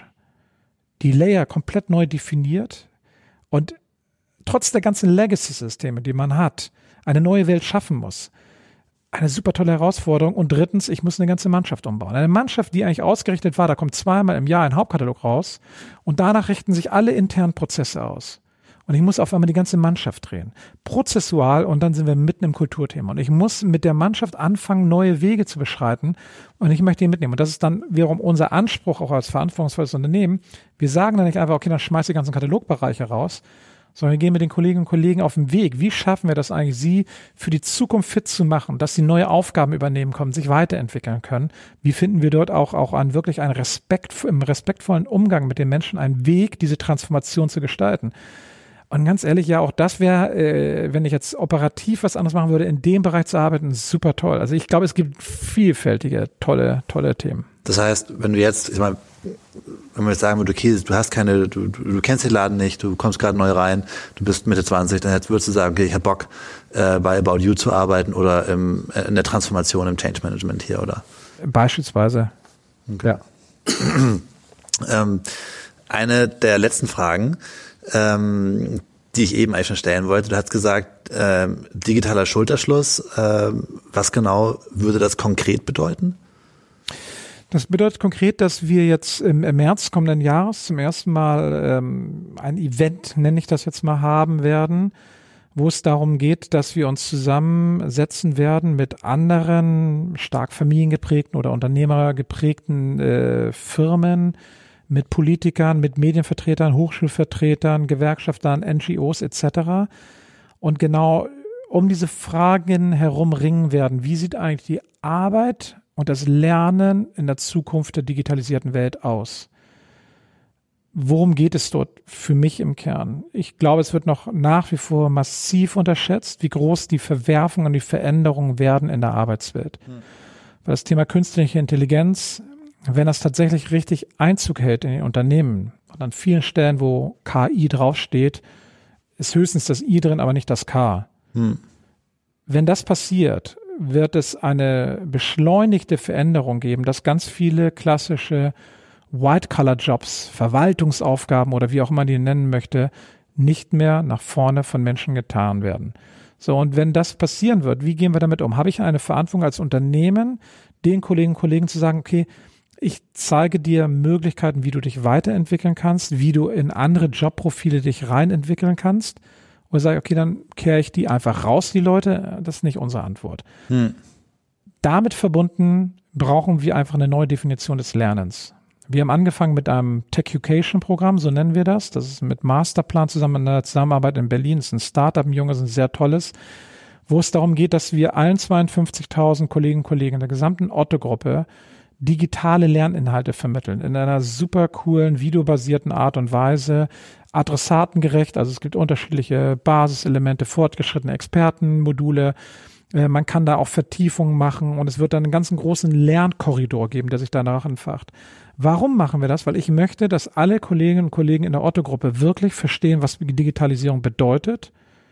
Speaker 3: die Layer komplett neu definiert und trotz der ganzen Legacy-Systeme, die man hat, eine neue Welt schaffen muss. Eine super tolle Herausforderung. Und drittens, ich muss eine ganze Mannschaft umbauen. Eine Mannschaft, die eigentlich ausgerichtet war, da kommt 2-mal im Jahr ein Hauptkatalog raus und danach richten sich alle internen Prozesse aus. Und ich muss auf einmal die ganze Mannschaft drehen. Prozessual, und dann sind wir mitten im Kulturthema. Und ich muss mit der Mannschaft anfangen, neue Wege zu beschreiten. Und ich möchte ihn mitnehmen. Und das ist dann wiederum unser Anspruch, auch als verantwortungsvolles Unternehmen. Wir sagen dann nicht einfach, okay, dann schmeiß die ganzen Katalogbereiche raus, sondern wir gehen mit den Kolleginnen und Kollegen auf den Weg. Wie schaffen wir das eigentlich, sie für die Zukunft fit zu machen, dass sie neue Aufgaben übernehmen können, sich weiterentwickeln können? Wie finden wir dort auch einen im respektvollen Umgang mit den Menschen einen Weg, diese Transformation zu gestalten? Und ganz ehrlich, ja, auch das wäre, wenn ich jetzt operativ was anderes machen würde, in dem Bereich zu arbeiten, super toll. Also ich glaube, es gibt vielfältige, tolle Themen.
Speaker 2: Das heißt, wenn du jetzt, wenn man jetzt sagen würde, okay, du hast du kennst den Laden nicht, du kommst gerade neu rein, du bist Mitte 20, dann würdest du sagen, okay, ich habe Bock, bei About You zu arbeiten oder in der Transformation, im Change Management hier, oder?
Speaker 3: Beispielsweise, okay.
Speaker 2: Ja. Eine der letzten Fragen, die ich eben eigentlich schon stellen wollte, du hast gesagt, digitaler Schulterschluss, was genau würde das konkret bedeuten?
Speaker 3: Das bedeutet konkret, dass wir jetzt im März kommenden Jahres zum ersten Mal ein Event, nenne ich das jetzt mal, haben werden, wo es darum geht, dass wir uns zusammensetzen werden mit anderen stark familiengeprägten oder unternehmergeprägten Firmen, mit Politikern, mit Medienvertretern, Hochschulvertretern, Gewerkschaftern, NGOs etc. Und genau um diese Fragen herum ringen werden. Wie sieht eigentlich die Arbeit und das Lernen in der Zukunft der digitalisierten Welt aus? Worum geht es dort für mich im Kern? Ich glaube, es wird noch nach wie vor massiv unterschätzt, wie groß die Verwerfungen und die Veränderungen werden in der Arbeitswelt. Weil das Thema künstliche Intelligenz, wenn das tatsächlich richtig Einzug hält in den Unternehmen und an vielen Stellen, wo KI draufsteht, ist höchstens das I drin, aber nicht das K. Wenn das passiert, wird es eine beschleunigte Veränderung geben, dass ganz viele klassische White-Collar-Jobs, Verwaltungsaufgaben oder wie auch immer die nennen möchte, nicht mehr nach vorne von Menschen getan werden. So, und wenn das passieren wird, wie gehen wir damit um? Habe ich eine Verantwortung als Unternehmen, den Kolleginnen und Kollegen zu sagen, okay, ich zeige dir Möglichkeiten, wie du dich weiterentwickeln kannst, wie du in andere Jobprofile dich reinentwickeln kannst? Oder sage ich, okay, dann kehre ich die einfach raus, die Leute. Das ist nicht unsere Antwort. Damit verbunden brauchen wir einfach eine neue Definition des Lernens. Wir haben angefangen mit einem Tech-Education-Programm, so nennen wir das. Das ist mit Masterplan zusammen in der Zusammenarbeit in Berlin. Das ist ein Startup, ein junges, ein sehr tolles, wo es darum geht, dass wir allen 52.000 Kolleginnen und Kollegen in der gesamten Otto-Gruppe digitale Lerninhalte vermitteln, in einer super coolen, videobasierten Art und Weise, adressatengerecht, also es gibt unterschiedliche Basiselemente, fortgeschrittene Expertenmodule, man kann da auch Vertiefungen machen und es wird dann einen ganzen großen Lernkorridor geben, der sich danach entfacht. Warum machen wir das? Weil ich möchte, dass alle Kolleginnen und Kollegen in der Otto-Gruppe wirklich verstehen, was Digitalisierung bedeutet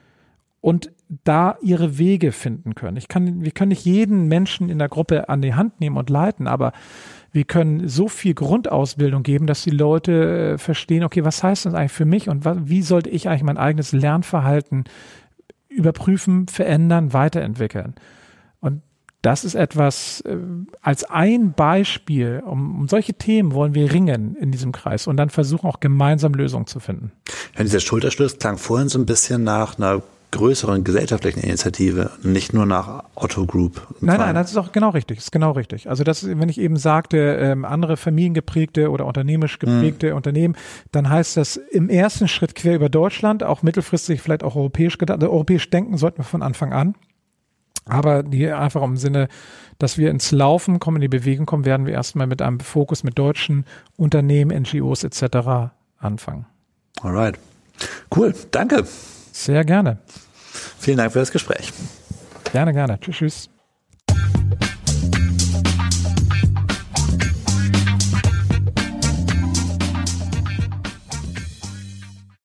Speaker 3: und da ihre Wege finden können. Wir können nicht jeden Menschen in der Gruppe an die Hand nehmen und leiten, aber wir können so viel Grundausbildung geben, dass die Leute verstehen, okay, was heißt das eigentlich für mich und wie sollte ich eigentlich mein eigenes Lernverhalten überprüfen, verändern, weiterentwickeln. Und das ist etwas, als ein Beispiel, um solche Themen wollen wir ringen in diesem Kreis und dann versuchen auch gemeinsam Lösungen zu finden.
Speaker 2: Ja, dieser Schulterschluss klang vorhin so ein bisschen nach einer größeren gesellschaftlichen Initiative, nicht nur nach Otto Group.
Speaker 3: Nein, das ist auch genau richtig. Das ist genau richtig. Also das, wenn ich eben sagte, andere familiengeprägte oder unternehmerisch geprägte Unternehmen, dann heißt das im ersten Schritt quer über Deutschland, auch mittelfristig vielleicht auch europäisch gedacht. Also europäisch denken sollten wir von Anfang an. Aber die einfach im Sinne, dass wir ins Laufen kommen, in die Bewegung kommen, werden wir erstmal mit einem Fokus mit deutschen Unternehmen, NGOs etc. anfangen.
Speaker 2: Alright. Cool. Danke.
Speaker 3: Sehr gerne.
Speaker 2: Vielen Dank für das Gespräch.
Speaker 3: Gerne. Tschüss.